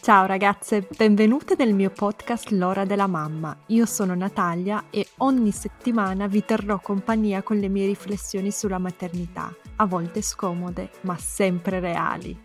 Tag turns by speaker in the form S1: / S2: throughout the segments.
S1: Ciao ragazze, benvenute nel mio podcast L'ora della mamma. Io sono Natalia e ogni settimana vi terrò compagnia con le mie riflessioni sulla maternità, a volte scomode, ma sempre reali.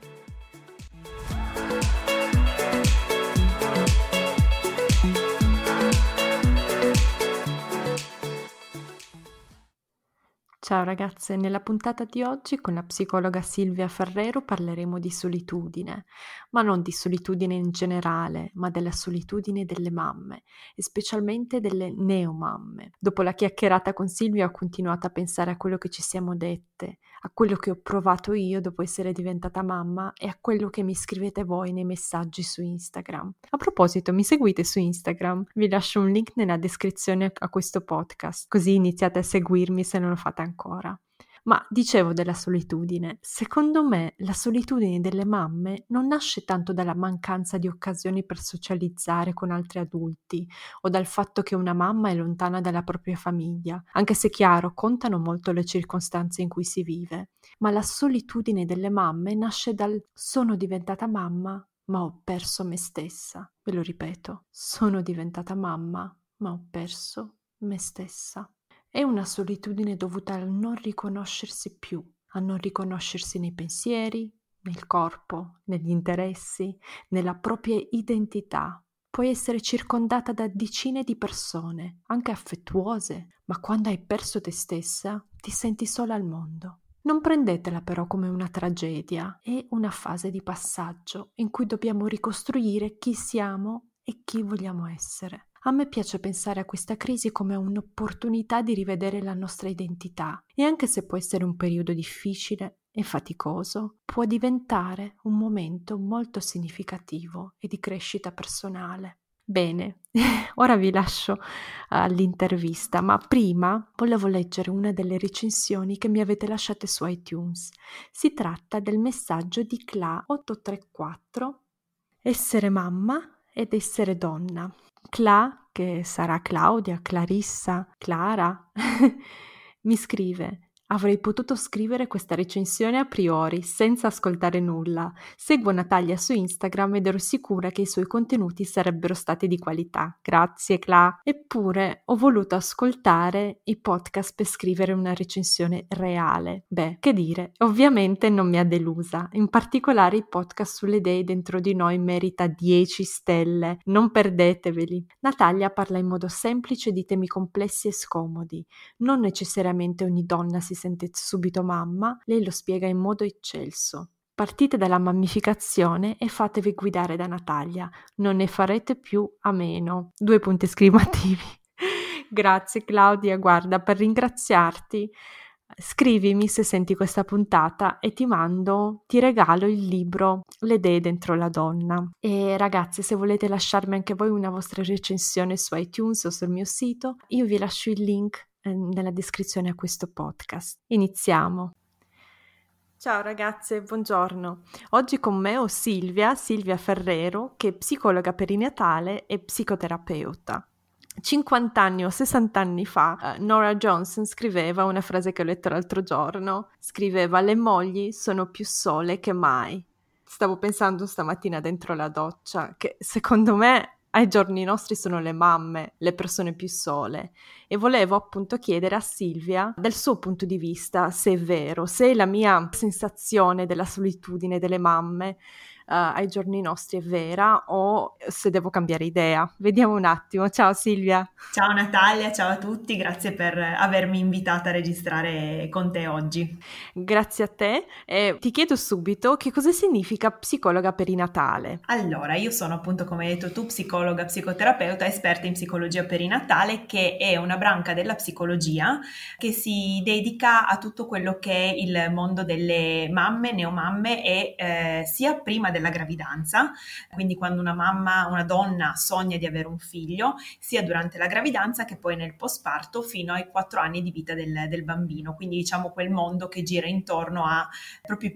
S1: Ciao ragazze, nella puntata di oggi con la psicologa Silvia Ferrero parleremo di solitudine, ma non di solitudine in generale, ma della solitudine delle mamme e specialmente delle neomamme. Dopo la chiacchierata con Silvia ho continuato a pensare a quello che ci siamo dette, a quello che ho provato io dopo essere diventata mamma e a quello che mi scrivete voi nei messaggi su Instagram. A proposito, mi seguite su Instagram? Vi lascio un link nella descrizione a questo podcast, così iniziate a seguirmi se non lo fate ancora. Ma dicevo della solitudine, secondo me la solitudine delle mamme non nasce tanto dalla mancanza di occasioni per socializzare con altri adulti o dal fatto che una mamma è lontana dalla propria famiglia, anche se chiaro contano molto le circostanze in cui si vive, ma la solitudine delle mamme nasce dal sono diventata mamma ma ho perso me stessa. Ve lo ripeto, sono diventata mamma ma ho perso me stessa. È una solitudine dovuta al non riconoscersi più, a non riconoscersi nei pensieri, nel corpo, negli interessi, nella propria identità. Puoi essere circondata da decine di persone, anche affettuose, ma quando hai perso te stessa, ti senti sola al mondo. Non prendetela però come una tragedia, è una fase di passaggio in cui dobbiamo ricostruire chi siamo e chi vogliamo essere. A me piace pensare a questa crisi come un'opportunità di rivedere la nostra identità e anche se può essere un periodo difficile e faticoso, può diventare un momento molto significativo e di crescita personale. Bene, ora vi lascio all'intervista, ma prima volevo leggere una delle recensioni che mi avete lasciate su iTunes. Si tratta del messaggio di Cla834, essere mamma ed essere donna. Cla, che sarà Claudia, Clarissa, Clara, mi scrive: avrei potuto scrivere questa recensione a priori, senza ascoltare nulla. Seguo Natalia su Instagram ed ero sicura che i suoi contenuti sarebbero stati di qualità. Grazie, Cla. Eppure ho voluto ascoltare i podcast per scrivere una recensione reale. Beh, che dire, ovviamente non mi ha delusa. In particolare i podcast sulle idee dentro di noi merita 10 stelle. Non perdeteveli. Natalia parla in modo semplice di temi complessi e scomodi. Non necessariamente ogni donna si sente subito mamma, lei lo spiega in modo eccelso. Partite dalla mammificazione e fatevi guidare da Natalia, non ne farete più a meno. 2 punti esclamativi. Grazie Claudia, guarda, per ringraziarti, scrivimi se senti questa puntata e ti regalo il libro Le idee dentro la donna. E ragazzi, se volete lasciarmi anche voi una vostra recensione su iTunes o sul mio sito, io vi lascio il link nella descrizione a questo podcast. Iniziamo. Ciao ragazze, buongiorno. Oggi con me ho Silvia Ferrero, che è psicologa perinatale e psicoterapeuta. 50 anni o 60 anni fa, Nora Johnson scriveva una frase che ho letto l'altro giorno, scriveva: le mogli sono più sole che mai. Stavo pensando stamattina dentro la doccia che secondo me ai giorni nostri sono le mamme le persone più sole e volevo appunto chiedere a Silvia dal suo punto di vista se è vero, se la mia sensazione della solitudine delle mamme ai giorni nostri è vera o se devo cambiare idea. Vediamo un attimo. Ciao Silvia.
S2: Ciao Natalia, ciao a tutti, grazie per avermi invitata a registrare con te oggi.
S1: Grazie a te. Ti chiedo subito che cosa significa psicologa perinatale.
S2: Allora, io sono appunto, come hai detto tu, psicologa, psicoterapeuta, esperta in psicologia perinatale, che è una branca della psicologia che si dedica a tutto quello che è il mondo delle mamme, neomamme e sia prima della gravidanza, quindi quando una donna sogna di avere un figlio, sia durante la gravidanza che poi nel postparto fino ai 4 anni di vita del bambino, quindi diciamo quel mondo che gira intorno a proprio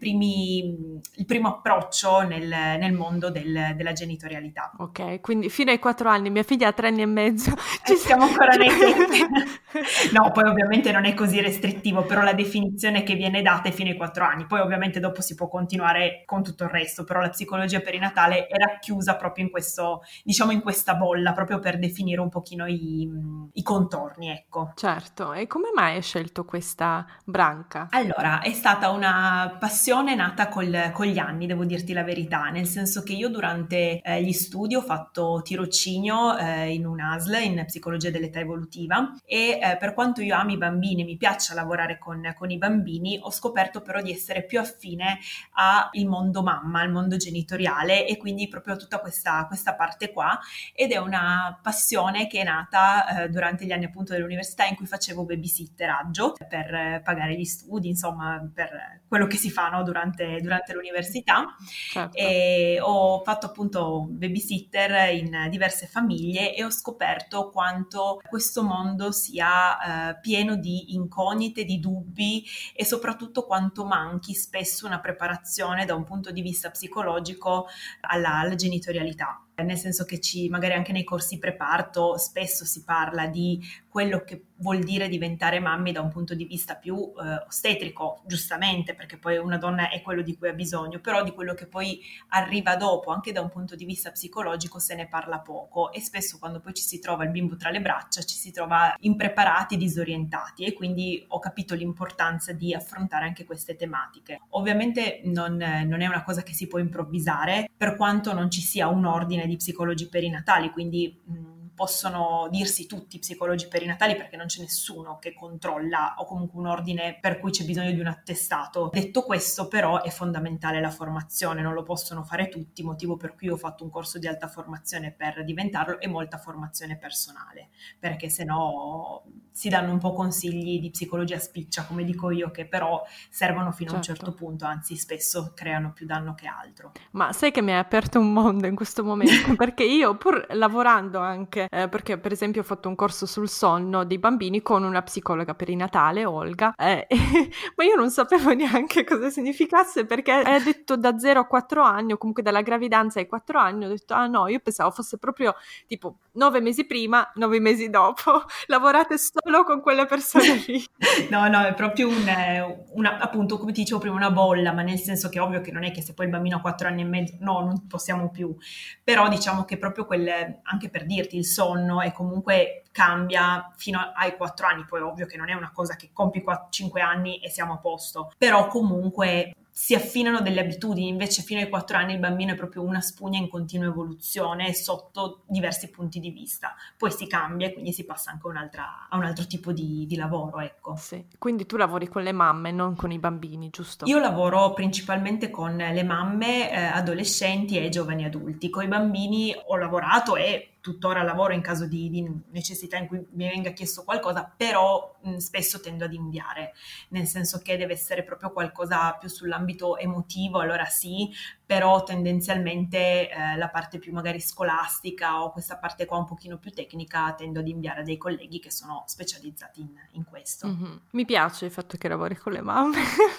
S2: il primo approccio nel mondo della genitorialità.
S1: Ok, quindi fino ai 4 anni, mia figlia ha 3 anni e mezzo.
S2: Ci siamo ancora nei tempi. No, poi ovviamente non è così restrittivo, però la definizione che viene data è fino ai 4 anni, poi ovviamente dopo si può continuare con tutto il resto, però la psicologia perinatale è racchiusa proprio in questo, diciamo in questa bolla, proprio per definire un pochino i contorni, ecco.
S1: Certo, e come mai hai scelto questa branca?
S2: Allora, è stata una passione nata con gli anni, devo dirti la verità, nel senso che io durante gli studi ho fatto tirocinio in un ASL, in psicologia dell'età evolutiva, e per quanto io ami i bambini, mi piaccia lavorare con i bambini, ho scoperto però di essere più affine al mondo mamma, al mondo genitoriale, e quindi proprio tutta questa parte qua, ed è una passione che è nata durante gli anni appunto dell'università, in cui facevo babysitteraggio per pagare gli studi, insomma, per quello che si fa, no, durante l'università.
S1: Certo.
S2: E ho fatto appunto babysitter in diverse famiglie e ho scoperto quanto questo mondo sia pieno di incognite, di dubbi, e soprattutto quanto manchi spesso una preparazione da un punto di vista psicologico alla genitorialità. Nel senso che magari anche nei corsi preparto spesso si parla di quello che vuol dire diventare mamme da un punto di vista più ostetrico, giustamente, perché poi una donna è quello di cui ha bisogno, però di quello che poi arriva dopo, anche da un punto di vista psicologico, se ne parla poco, e spesso quando poi ci si trova il bimbo tra le braccia ci si trova impreparati, disorientati, e quindi ho capito l'importanza di affrontare anche queste tematiche. Ovviamente non è una cosa che si può improvvisare, per quanto non ci sia un ordine di psicologi perinatali, quindi possono dirsi tutti psicologi perinatali, perché non c'è nessuno che controlla, o comunque un ordine per cui c'è bisogno di un attestato. Detto questo, però, è fondamentale la formazione, non lo possono fare tutti, motivo per cui ho fatto un corso di alta formazione per diventarlo, e molta formazione personale, perché sennò si danno un po' consigli di psicologia spiccia, come dico io, che però servono fino a un certo
S1: Certo.
S2: punto, anzi spesso creano più danno che altro.
S1: Ma sai che mi hai aperto un mondo in questo momento? Perché io, pur lavorando anche, perché per esempio ho fatto un corso sul sonno dei bambini con una psicologa perinatale, Olga, ma io non sapevo neanche cosa significasse, perché ha detto da 0 a 4 anni, o comunque dalla gravidanza ai 4 anni, ho detto, ah no, io pensavo fosse proprio tipo 9 mesi prima, 9 mesi dopo, lavorate solo con quelle persone lì.
S2: No, no, è proprio appunto, come ti dicevo prima, una bolla, ma nel senso che è ovvio che non è che se poi il bambino ha 4 anni e mezzo, no, non possiamo più. Però diciamo che proprio anche per dirti, il sonno e comunque cambia fino ai 4 anni, poi è ovvio che non è una cosa che compi 5 anni e siamo a posto, però comunque si affinano delle abitudini. Invece fino ai 4 anni il bambino è proprio una spugna in continua evoluzione sotto diversi punti di vista, poi si cambia e quindi si passa anche a un altro tipo di lavoro, ecco.
S1: Sì, quindi tu lavori con le mamme, non con i bambini, giusto?
S2: Io lavoro principalmente con le mamme, adolescenti e giovani adulti. Con i bambini ho lavorato e tuttora lavoro in caso di necessità in cui mi venga chiesto qualcosa, però spesso tendo ad inviare, nel senso che deve essere proprio qualcosa più sull'ambito emotivo, allora sì, però tendenzialmente la parte più magari scolastica, o questa parte qua un pochino più tecnica, tendo ad inviare a dei colleghi che sono specializzati in questo.
S1: Mhm. Mi piace il fatto che lavori con le mamme.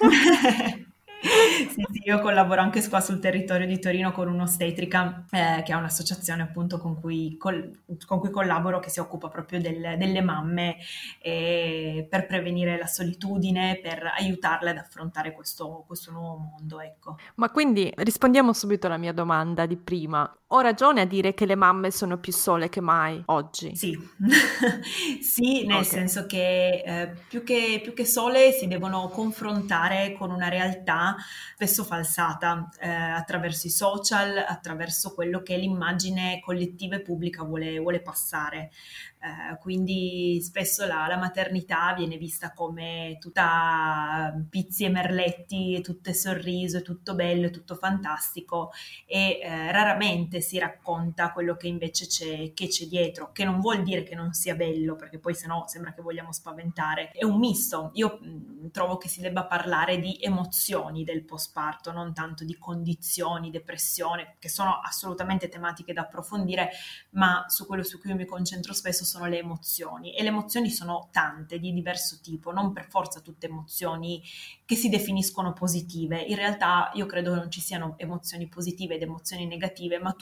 S2: Sì, sì, io collaboro anche qua sul territorio di Torino con un'ostetrica che è un'associazione appunto con cui collaboro, che si occupa proprio delle mamme, per prevenire la solitudine, per aiutarle ad affrontare questo nuovo mondo, ecco.
S1: Ma quindi rispondiamo subito alla mia domanda di prima. Ho ragione a dire che le mamme sono più sole che mai oggi?
S2: Sì, sì, nel
S1: Ok.
S2: senso che più che sole si devono confrontare con una realtà spesso falsata, attraverso i social, attraverso quello che l'immagine collettiva e pubblica vuole passare. Quindi spesso la maternità viene vista come tutta pizzi e merletti, tutto è sorriso, è tutto bello, è tutto fantastico, e raramente si racconta quello che invece c'è dietro, che non vuol dire che non sia bello, perché poi sennò sembra che vogliamo spaventare. È un misto. Io trovo che si debba parlare di emozioni del postparto, non tanto di condizioni, depressione, che sono assolutamente tematiche da approfondire, ma su quello su cui io mi concentro spesso sono le emozioni, e le emozioni sono tante, di diverso tipo, non per forza tutte emozioni che si definiscono positive. In realtà io credo che non ci siano emozioni positive ed emozioni negative, ma tutte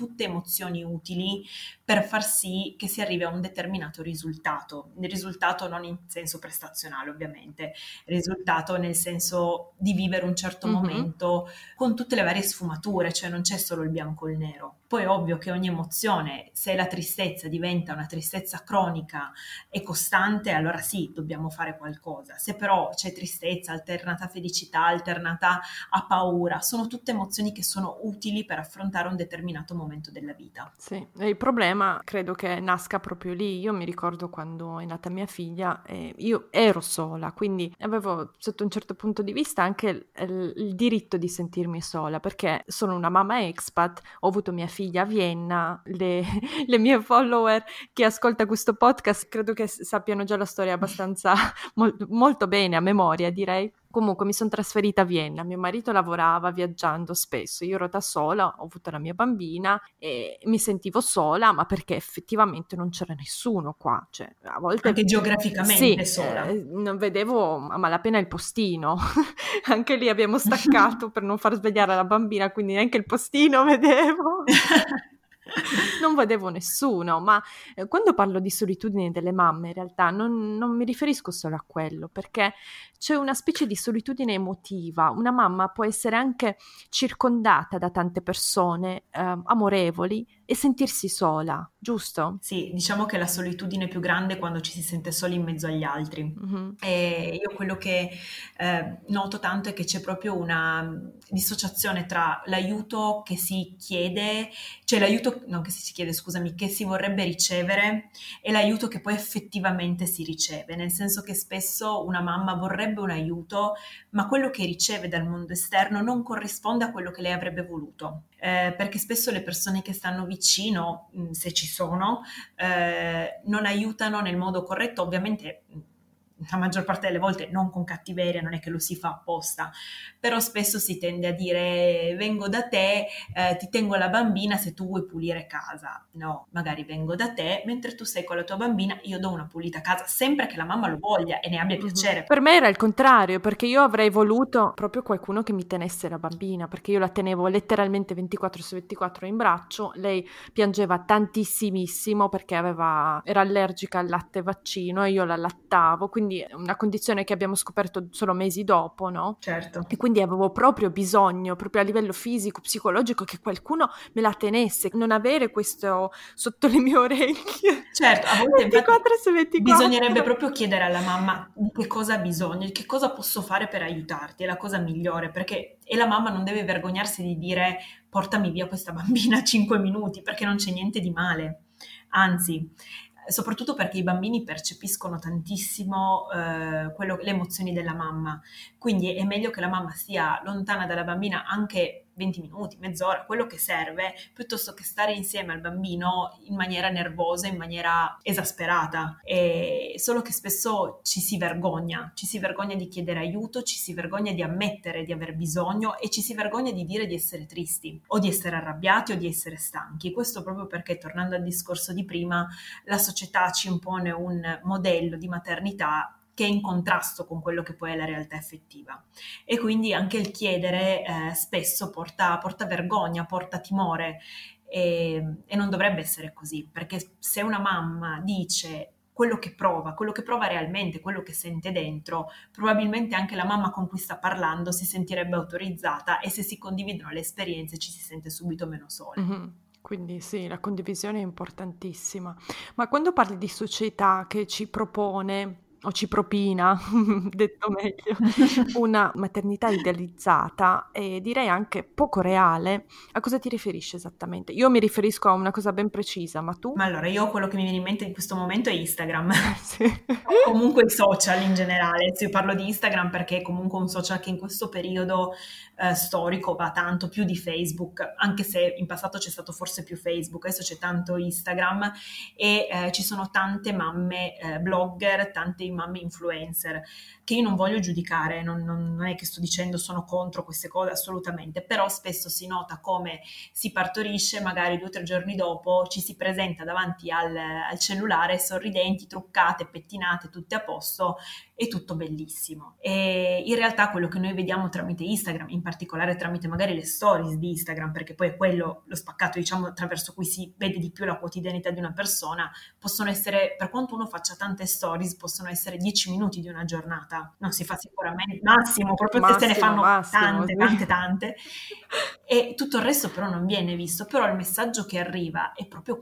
S2: tutte emozioni utili per far sì che si arrivi a un determinato risultato. Il risultato non in senso prestazionale, ovviamente, il risultato nel senso di vivere un certo momento con tutte le varie sfumature, cioè non c'è solo il bianco e il nero. Poi è ovvio che ogni emozione, se la tristezza diventa una tristezza cronica e costante, allora sì, dobbiamo fare qualcosa. Se però c'è tristezza alternata a felicità, alternata a paura, sono tutte emozioni che sono utili per affrontare un determinato momento della vita.
S1: Sì, e il problema credo che nasca proprio lì. Io mi ricordo quando è nata mia figlia, io ero sola, quindi avevo sotto un certo punto di vista anche il diritto di sentirmi sola, perché sono una mamma expat, ho avuto mia figlia a Vienna, le mie follower che ascolta questo podcast credo che sappiano già la storia abbastanza molto bene a memoria, direi. Comunque mi sono trasferita a Vienna, mio marito lavorava viaggiando spesso, io ero da sola, ho avuto la mia bambina e mi sentivo sola, ma perché effettivamente non c'era nessuno qua, cioè a volte
S2: Anche geograficamente
S1: sì,
S2: sola.
S1: non vedevo a malapena il postino, anche lì abbiamo staccato per non far svegliare la bambina, quindi neanche il postino vedevo. Non vedevo nessuno, ma quando parlo di solitudine delle mamme, in realtà non mi riferisco solo a quello, perché c'è una specie di solitudine emotiva. Una mamma può essere anche circondata da tante persone amorevoli e sentirsi sola, giusto?
S2: Sì, diciamo che la solitudine più grande è quando ci si sente soli in mezzo agli altri.
S1: Mhm.
S2: E io quello che noto tanto è che c'è proprio una dissociazione tra l'aiuto che si chiede, cioè l'aiuto, non che si chiede, scusami, che si vorrebbe ricevere e l'aiuto che poi effettivamente si riceve, nel senso che spesso una mamma vorrebbe un aiuto, ma quello che riceve dal mondo esterno non corrisponde a quello che lei avrebbe voluto. Perché spesso le persone che stanno vicino, se ci sono, non aiutano nel modo corretto, ovviamente la maggior parte delle volte non con cattiveria, non è che lo si fa apposta, però spesso si tende a dire vengo da te, ti tengo la bambina se tu vuoi pulire casa. No, magari vengo da te, mentre tu sei con la tua bambina, io do una pulita a casa, sempre che la mamma lo voglia e ne abbia piacere.
S1: Per me era il contrario, perché io avrei voluto proprio qualcuno che mi tenesse la bambina, perché io la tenevo letteralmente 24 su 24 in braccio, lei piangeva tantissimissimo perché era allergica al latte vaccino e io la allattavo, quindi è una condizione che abbiamo scoperto solo mesi dopo, no?
S2: Certo.
S1: E quindi avevo proprio bisogno, proprio a livello fisico, psicologico, che qualcuno me la tenesse, non avere questo sotto le mie orecchie
S2: Certo, a volte infatti
S1: 24 su 24.
S2: bisognerebbe proprio chiedere alla mamma di che cosa ha bisogno, di che cosa posso fare per aiutarti, è la cosa migliore, perché e la mamma non deve vergognarsi di dire portami via questa bambina 5 minuti, perché non c'è niente di male, anzi, soprattutto perché i bambini percepiscono tantissimo le emozioni della mamma, quindi è meglio che la mamma sia lontana dalla bambina anche 20 minuti, mezz'ora, quello che serve, piuttosto che stare insieme al bambino in maniera nervosa, in maniera esasperata. E solo che spesso ci si vergogna di chiedere aiuto, ci si vergogna di ammettere di aver bisogno e ci si vergogna di dire di essere tristi o di essere arrabbiati o di essere stanchi. Questo proprio perché, tornando al discorso di prima, la società ci impone un modello di maternità che è in contrasto con quello che poi è la realtà effettiva. E quindi anche il chiedere spesso porta vergogna, porta timore e non dovrebbe essere così, perché se una mamma dice quello che prova realmente, quello che sente dentro, probabilmente anche la mamma con cui sta parlando si sentirebbe autorizzata e se si condividono le esperienze ci si sente subito meno sole.
S1: Quindi sì, la condivisione è importantissima. Ma quando parli di società che ci propone o ci propina, detto meglio, una maternità idealizzata e direi anche poco reale, a cosa ti riferisci esattamente? Io mi riferisco a una cosa ben precisa, ma tu?
S2: Ma allora, io quello che mi viene in mente in questo momento è Instagram.
S1: Sì.
S2: O comunque i social in generale. Sì, io parlo di Instagram perché è comunque un social che in questo periodo storico va tanto più di Facebook, anche se in passato c'è stato forse più Facebook, adesso c'è tanto Instagram e ci sono tante mamme blogger, tante dei mamme influencer, che io non voglio giudicare, non è che sto dicendo sono contro queste cose assolutamente, però spesso si nota come si partorisce, magari 2 o 3 giorni dopo ci si presenta davanti al cellulare sorridenti, truccate, pettinate, tutte a posto, è tutto bellissimo. E in realtà quello che noi vediamo tramite Instagram, in particolare tramite magari le stories di Instagram, perché poi è quello lo spaccato, diciamo, attraverso cui si vede di più la quotidianità di una persona, possono essere, per quanto uno faccia tante stories, possono essere 10 minuti di una giornata. Non si fa sicuramente massimo, proprio se se ne
S1: Massimo,
S2: fanno
S1: massimo,
S2: tante,
S1: sì.
S2: tante, tante. E tutto il resto però non viene visto, però il messaggio che arriva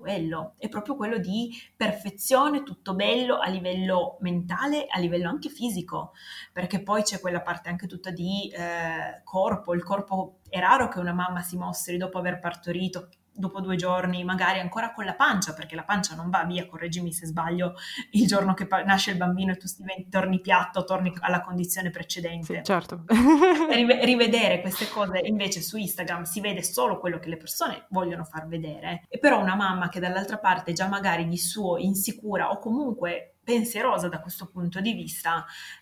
S2: è proprio quello di perfezione, tutto bello a livello mentale, a livello anche fisico, perché poi c'è quella parte anche tutta di corpo, il corpo è raro che una mamma si mostri dopo aver partorito, dopo 2 giorni, magari ancora con la pancia, perché la pancia non va via, correggimi se sbaglio, il giorno che nasce il bambino e tu torni piatto, torni alla condizione
S1: Sì,
S2: precedente.
S1: certo.
S2: Rivedere queste cose invece su Instagram si vede solo quello che le persone vogliono far vedere, e però una mamma che dall'altra parte già magari di suo insicura o comunque pensierosa da questo punto di vista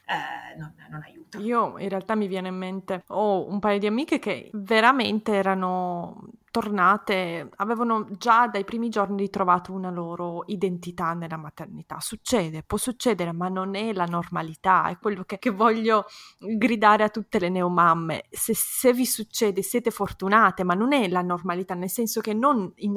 S2: non aiuta.
S1: Io in realtà mi viene in mente, ho un paio di amiche che veramente erano tornate, avevano già dai primi giorni ritrovato una loro identità nella maternità. Succede, può succedere, ma non è la normalità, è quello che voglio gridare a tutte le neomamme. Se vi succede, siete fortunate, ma non è la normalità, nel senso che non il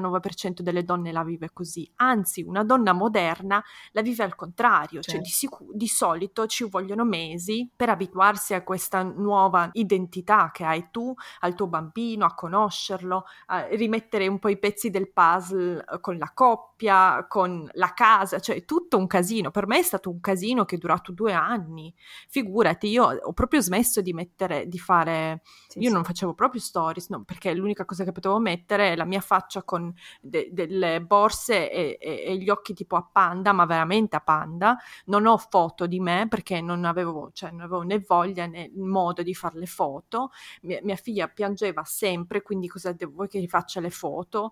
S1: 99% delle donne la vive così, anzi una donna moderna la vive al contrario, cioè
S2: Certo.
S1: di solito ci vogliono mesi per abituarsi a questa nuova identità che hai tu, al tuo bambino, a conoscerlo, a rimettere un po' i pezzi del puzzle con la coppia, con la casa, cioè tutto un casino. Per me è stato un casino che è durato 2 anni. Figurati, io ho proprio smesso di fare,
S2: Sì,
S1: io non
S2: sì.
S1: facevo proprio stories, no, perché l'unica cosa che potevo mettere è la mia faccia con delle borse e gli occhi tipo a panda, ma veramente a panda. Non ho foto di me perché non avevo né voglia né modo di fare le foto. Mia figlia piangeva sempre, quindi cosa vuoi che rifaccia le foto?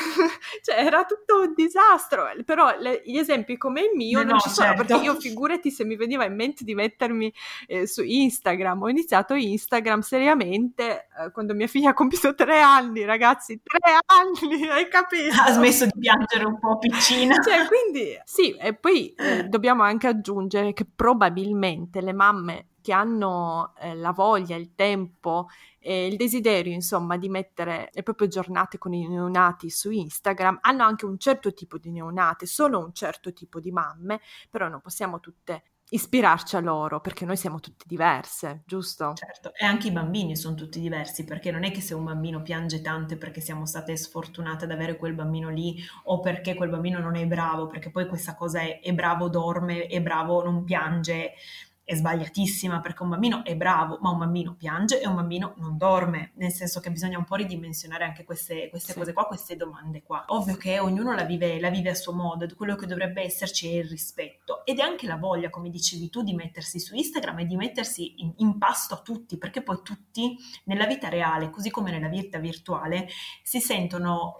S1: Cioè era tutto un disastro, però gli esempi come il mio
S2: No,
S1: non
S2: no,
S1: ci sono, perché
S2: certo.
S1: io figurati se mi veniva in mente di mettermi su Instagram. Ho iniziato Instagram seriamente quando mia figlia ha compiuto 3 anni, ragazzi, 3 anni, hai
S2: Ha
S1: capito?
S2: smesso di piangere un po' piccina.
S1: Cioè, quindi sì, e poi dobbiamo anche aggiungere che probabilmente le mamme che hanno la voglia, il tempo e il desiderio, insomma, di mettere le proprie giornate con i neonati su Instagram, hanno anche un certo tipo di neonate, solo un certo tipo di mamme, però non possiamo tutte ispirarci a loro, perché noi siamo tutte diverse, giusto?
S2: Certo, e anche i bambini sono tutti diversi, perché non è che se un bambino piange tanto è perché siamo state sfortunate ad avere quel bambino lì o perché quel bambino non è bravo, perché poi questa cosa è bravo dorme, è bravo non piange, è sbagliatissima, perché un bambino è bravo, ma un bambino piange e un bambino non dorme, nel senso che bisogna un po' ridimensionare anche queste
S1: Sì.
S2: cose qua, queste domande qua. Ovvio che ognuno la vive a suo modo, quello che dovrebbe esserci è il rispetto ed è anche la voglia, come dicevi tu, di mettersi su Instagram e di mettersi in pasto a tutti, perché poi tutti nella vita reale, così come nella vita virtuale, si sentono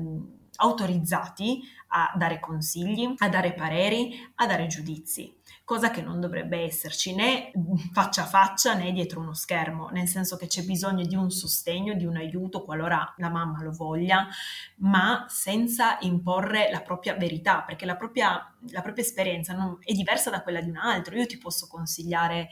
S2: autorizzati a dare consigli, a dare pareri, a dare giudizi, cosa che non dovrebbe esserci né faccia a faccia né dietro uno schermo, nel senso che c'è bisogno di un sostegno, di un aiuto qualora la mamma lo voglia, ma senza imporre la propria verità, perché la propria esperienza è diversa da quella di un altro. Io ti posso consigliare,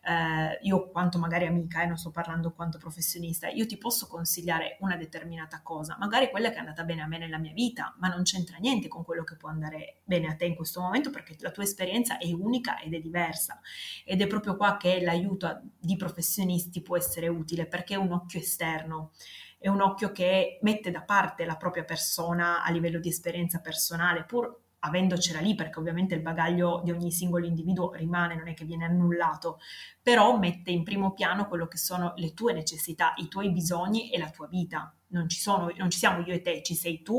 S2: io quanto magari amica, non sto parlando quanto professionista, io ti posso consigliare una determinata cosa, magari quella che è andata bene a me nella mia vita, ma non c'entra niente con quello che può andare bene a te in questo momento, perché la tua esperienza è unica ed è diversa. Ed è proprio qua che l'aiuto di professionisti può essere utile, perché è un occhio esterno, è un occhio che mette da parte la propria persona a livello di esperienza personale, pur avendocela lì, perché ovviamente il bagaglio di ogni singolo individuo rimane, non è che viene annullato, però mette in primo piano quello che sono le tue necessità, i tuoi bisogni e la tua vita. Non ci siamo io e te, ci sei tu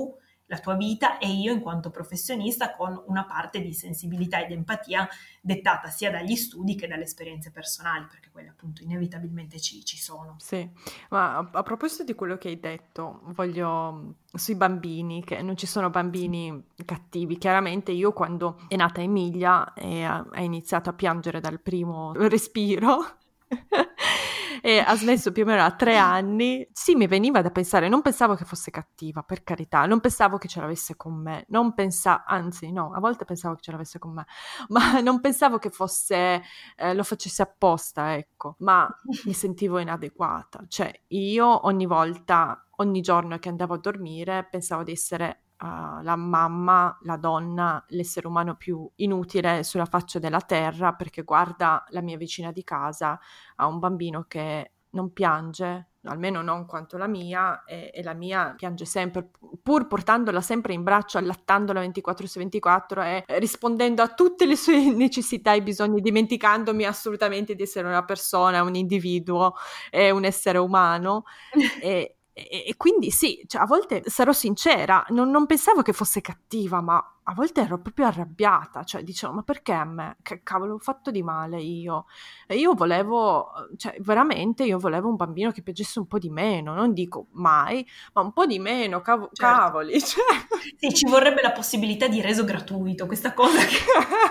S2: la tua vita e io in quanto professionista con una parte di sensibilità ed empatia dettata sia dagli studi che dalle esperienze personali, perché quelle appunto inevitabilmente ci sono.
S1: Sì, ma a proposito di quello che hai detto, sui bambini, che non ci sono bambini cattivi. Chiaramente io quando è nata Emilia e ha iniziato a piangere dal primo respiro e ha smesso più o meno a 3 anni, sì, mi veniva da pensare, non pensavo che fosse cattiva, per carità, non pensavo che ce l'avesse con me, anzi no, a volte pensavo che ce l'avesse con me, ma non pensavo che lo facesse apposta, ecco, ma mi sentivo inadeguata, cioè io ogni giorno che andavo a dormire pensavo di essere la mamma, la donna, l'essere umano più inutile sulla faccia della terra, perché guarda la mia vicina di casa ha un bambino che non piange, almeno non quanto la mia, e la mia piange sempre, pur portandola sempre in braccio, allattandola 24 su 24 e rispondendo a tutte le sue necessità e bisogni, dimenticandomi assolutamente di essere una persona, un individuo e un essere umano. E quindi sì, cioè, a volte sarò sincera, non pensavo che fosse cattiva, ma a volte ero proprio arrabbiata, cioè dicevo, ma perché a me? Che cavolo ho fatto di male io? E io volevo, cioè veramente io volevo un bambino che piacesse un po' di meno, non dico mai, ma un po' di meno,
S2: Certo.
S1: cavoli, cioè...
S2: Sì, ci vorrebbe la possibilità di reso gratuito, questa cosa che...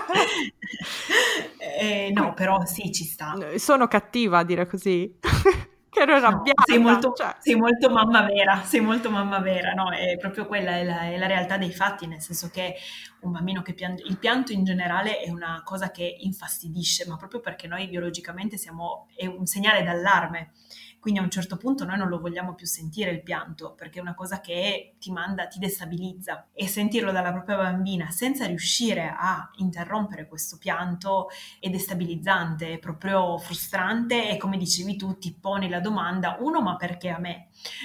S2: no, però sì, ci sta.
S1: Sono cattiva a dire così, che ero
S2: No,
S1: arrabbiata, cioè...
S2: sei molto mamma vera, no? È proprio quella è la realtà dei fatti, nel senso che un bambino che piange, il pianto in generale è una cosa che infastidisce, ma proprio perché noi biologicamente è un segnale d'allarme. Quindi a un certo punto noi non lo vogliamo più sentire il pianto, perché è una cosa che ti destabilizza. E sentirlo dalla propria bambina senza riuscire a interrompere questo pianto è destabilizzante, è proprio frustrante e come dicevi tu ti poni la domanda, uno, ma perché a me?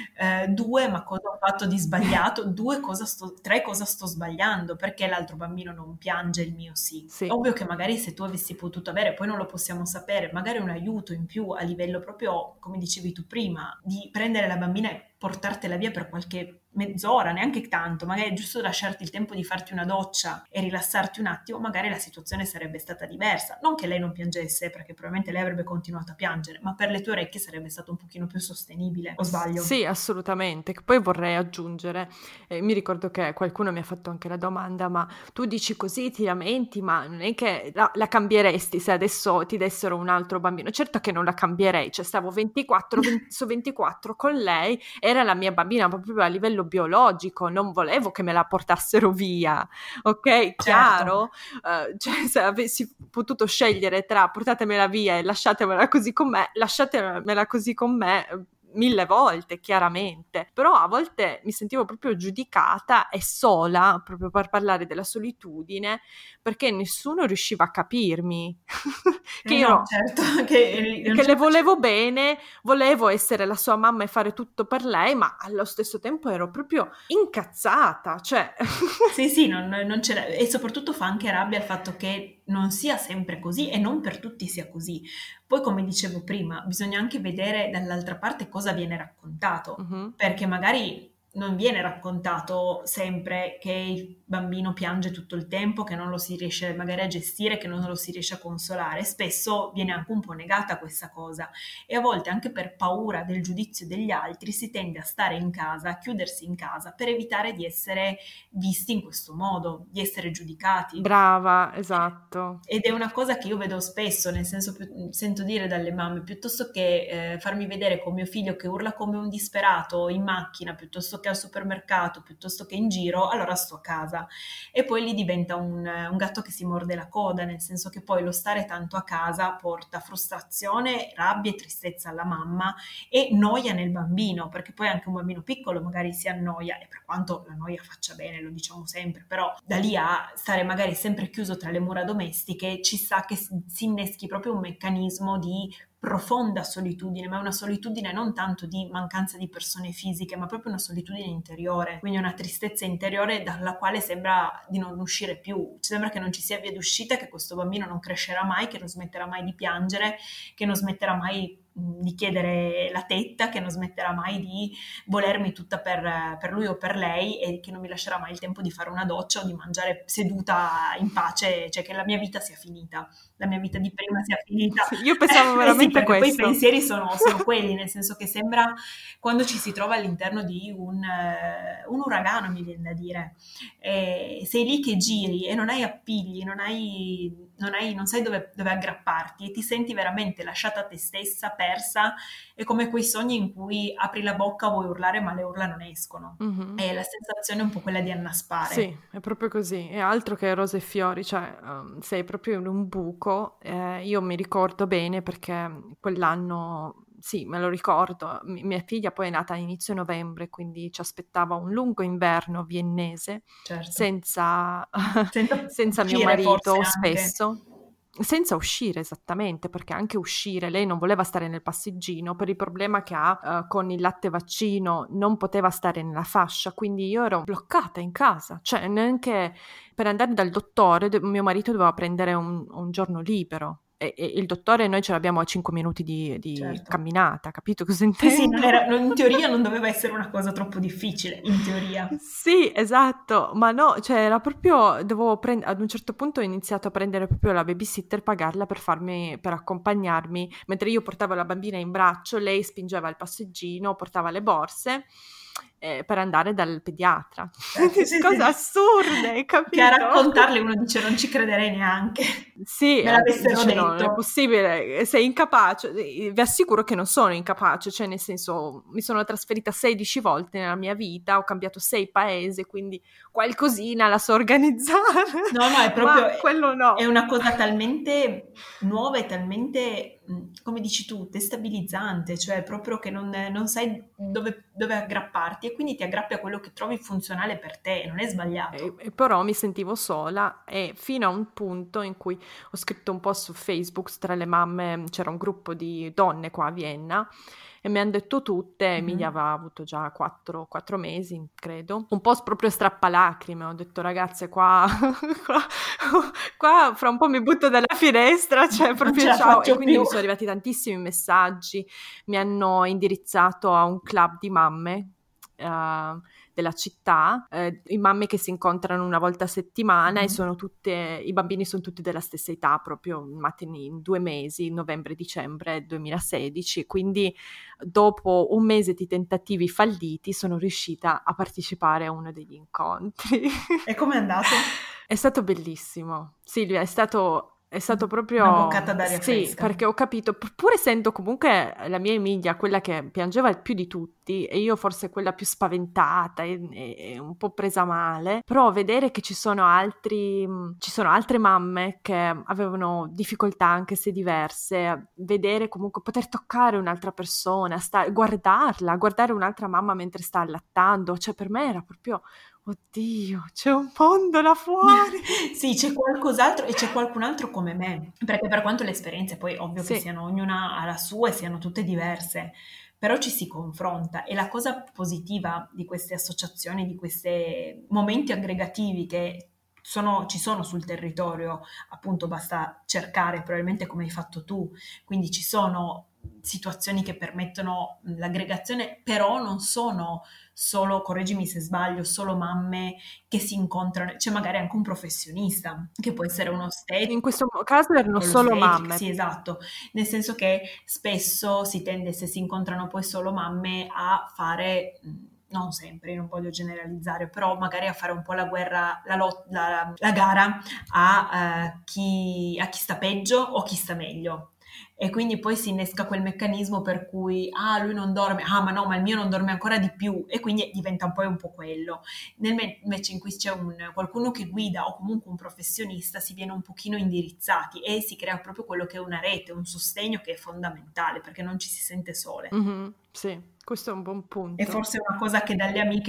S2: Due, ma cosa ho fatto di sbagliato? Tre, cosa sto sbagliando? Perché l'altro bambino non piange e il mio sì?
S1: Sì.
S2: Ovvio che magari se tu avessi potuto avere, poi non lo possiamo sapere, magari un aiuto in più a livello proprio, come dicevi tu prima, di prendere la bambina e portartela via per qualche mezz'ora, neanche tanto, magari giusto lasciarti il tempo di farti una doccia e rilassarti un attimo, magari la situazione sarebbe stata diversa. Non che lei non piangesse, perché probabilmente lei avrebbe continuato a piangere, ma per le tue orecchie sarebbe stato un pochino più sostenibile, o sbaglio?
S1: Sì, assolutamente. Che poi vorrei aggiungere, mi ricordo che qualcuno mi ha fatto anche la domanda, ma tu dici così, ti lamenti, ma non è che la cambieresti se adesso ti dessero un altro bambino? Certo che non la cambierei, cioè stavo 24 su 24 con lei, era la mia bambina proprio a livello biologico, non volevo che me la portassero via, ok?
S2: Certo.
S1: Chiaro? Cioè se avessi potuto scegliere tra portatemela via e lasciatemela così com'è, lasciatemela così con me 1000 volte, chiaramente, però a volte mi sentivo proprio giudicata e sola, proprio per parlare della solitudine, perché nessuno riusciva a capirmi, che
S2: Eh
S1: io
S2: no, certo, che non
S1: che
S2: ce
S1: le
S2: la facevo.
S1: volevo bene, volevo essere la sua mamma e fare tutto per lei, ma allo stesso tempo ero proprio incazzata, cioè...
S2: Sì, sì, non ce l'è. E soprattutto fa anche rabbia il fatto che non sia sempre così e non per tutti sia così. Poi, come dicevo prima, bisogna anche vedere dall'altra parte cosa viene raccontato,
S1: Mhm.
S2: perché magari non viene raccontato sempre che il bambino piange tutto il tempo, che non lo si riesce magari a gestire, che non lo si riesce a consolare. Spesso viene anche un po' negata questa cosa e a volte anche per paura del giudizio degli altri si tende a stare in casa, a chiudersi in casa per evitare di essere visti in questo modo, di essere giudicati.
S1: Brava, esatto.
S2: Ed è una cosa che io vedo spesso, nel senso sento dire dalle mamme, piuttosto che farmi vedere con mio figlio che urla come un disperato in macchina, piuttosto che al supermercato, piuttosto che in giro, allora sto a casa. E poi lì diventa un gatto che si morde la coda, nel senso che poi lo stare tanto a casa porta frustrazione, rabbia e tristezza alla mamma e noia nel bambino, perché poi anche un bambino piccolo magari si annoia, e per quanto la noia faccia bene, lo diciamo sempre, però da lì a stare magari sempre chiuso tra le mura domestiche, ci sa che si inneschi proprio un meccanismo di profonda solitudine, ma è una solitudine non tanto di mancanza di persone fisiche, ma proprio una solitudine interiore, quindi una tristezza interiore dalla quale sembra di non uscire più, sembra che non ci sia via d'uscita, che questo bambino non crescerà mai, che non smetterà mai di piangere, che non smetterà mai di chiedere la tetta, che non smetterà mai di volermi tutta per lui o per lei e che non mi lascerà mai il tempo di fare una doccia o di mangiare seduta in pace, cioè che la mia vita sia finita, la mia vita di prima sia finita.
S1: Sì, io pensavo
S2: Sì,
S1: veramente
S2: perché poi i
S1: questo.
S2: pensieri sono quelli, nel senso che sembra quando ci si trova all'interno di un uragano, mi viene da dire. Sei lì che giri e non hai appigli, non sai dove aggrapparti e ti senti veramente lasciata a te stessa, persa, è come quei sogni in cui apri la bocca, vuoi urlare ma le urla non escono.
S1: Mhm.
S2: E la sensazione è un po' quella di annaspare.
S1: Sì, è proprio così, è altro che rose e fiori, cioè sei proprio in un buco. Io mi ricordo bene perché quell'anno, sì, me lo ricordo, mia figlia poi è nata a inizio novembre, quindi ci aspettava un lungo inverno viennese
S2: Certo.
S1: senza,
S2: Senza
S1: senza mio
S2: uscire forse
S1: marito
S2: anche.
S1: spesso. Senza uscire esattamente, perché anche uscire, lei non voleva stare nel passeggino per il problema che ha con il latte vaccino, non poteva stare nella fascia, quindi io ero bloccata in casa, cioè neanche per andare dal dottore, mio marito doveva prendere un giorno libero e il dottore noi ce l'abbiamo a 5 minuti di
S2: Certo.
S1: camminata, capito cosa
S2: Sì, sì,
S1: intendo?
S2: in teoria non doveva essere una cosa troppo difficile, in teoria.
S1: Sì, esatto, ma no, cioè era proprio, dovevo prendere, ad un certo punto ho iniziato a prendere proprio la babysitter, pagarla per accompagnarmi, mentre io portavo la bambina in braccio, lei spingeva il passeggino, portava le borse per andare dal pediatra.
S2: Certo, sì,
S1: Cose
S2: sì.
S1: assurde, hai
S2: Che a
S1: capito?
S2: raccontarle uno dice non ci crederei neanche.
S1: Sì,
S2: Me l'avessero
S1: dice no, non è
S2: detto.
S1: possibile, sei incapace. Vi assicuro che non sono incapace, cioè nel senso mi sono trasferita 16 volte nella mia vita, ho cambiato 6 paesi, quindi qualcosina la so organizzare,
S2: No, no, è proprio,
S1: ma quello
S2: è
S1: no.
S2: una cosa talmente nuova e talmente, come dici tu, destabilizzante, cioè proprio che non sai dove aggrapparti e quindi ti aggrappi a quello che trovi funzionale per te, non è sbagliato.
S1: E però mi sentivo sola e fino a un punto in cui ho scritto un post su Facebook tra le mamme, c'era un gruppo di donne qua a Vienna e mi hanno detto tutte, Emilia
S2: Mhm.
S1: aveva avuto già 4 mesi, credo, un post proprio strappalacrime, ho detto ragazze qua, qua fra un po' mi butto dalla finestra, cioè
S2: Non ce
S1: proprio
S2: la
S1: ciao, e
S2: faccio
S1: quindi
S2: più.
S1: mi sono arrivati tantissimi messaggi, mi hanno indirizzato a un club di mamme. Della città, i mamme che si incontrano una volta a settimana e
S2: Mhm.
S1: i bambini sono tutti della stessa età, proprio nati in 2 mesi, novembre-dicembre 2016, quindi dopo un mese di tentativi falliti sono riuscita a partecipare a uno degli incontri.
S2: E com'è andato?
S1: È stato bellissimo, Silvia, è stato
S2: Una
S1: proprio,
S2: boccata d'aria
S1: sì,
S2: fresca.
S1: perché ho capito, pur essendo comunque la mia Emilia quella che piangeva più di tutti e io forse quella più spaventata e un po' presa male, però vedere che ci sono altre mamme che avevano difficoltà anche se diverse, vedere comunque poter toccare un'altra persona, guardare un'altra mamma mentre sta allattando, cioè per me era proprio oddio, c'è un mondo là fuori.
S2: Sì, c'è qualcos'altro e c'è qualcun altro come me, perché per quanto le esperienze poi ovvio che
S1: Sì.
S2: siano ognuna ha la sua e siano tutte diverse, però ci si confronta e la cosa positiva di queste associazioni, di questi momenti aggregativi che ci sono sul territorio, appunto basta cercare probabilmente come hai fatto tu, quindi ci sono situazioni che permettono l'aggregazione, però non sono solo, correggimi se sbaglio, solo mamme che si incontrano, c'è magari anche un professionista, che può essere un
S1: In
S2: ostetico,
S1: questo caso erano solo
S2: l'ostetric,
S1: mamme.
S2: sì, esatto, nel senso che spesso si tende, se si incontrano poi solo mamme, a fare, non sempre, non voglio generalizzare, però magari a fare un po' la guerra, la gara a chi sta peggio o chi sta meglio. E quindi poi si innesca quel meccanismo per cui, lui non dorme, ma no, ma il mio non dorme ancora di più, e quindi diventa poi un po' quello. Invece in cui c'è qualcuno che guida o comunque un professionista, si viene un pochino indirizzati e si crea proprio quello che è una rete, un sostegno che è fondamentale perché non ci si sente sole.
S1: Mhm, sì, questo è un buon
S2: E
S1: punto.
S2: forse è una cosa che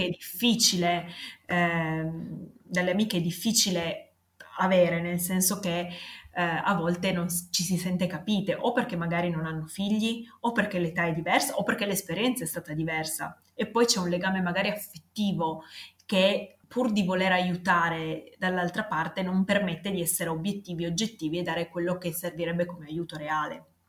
S2: dalle amiche è difficile avere, nel senso che a volte non ci si sente capite, o perché magari non hanno figli, o perché l'età è diversa, o perché l'esperienza è stata diversa. E poi c'è un legame magari affettivo che pur di voler aiutare dall'altra parte non permette di essere obiettivi, oggettivi e dare quello che servirebbe come aiuto reale.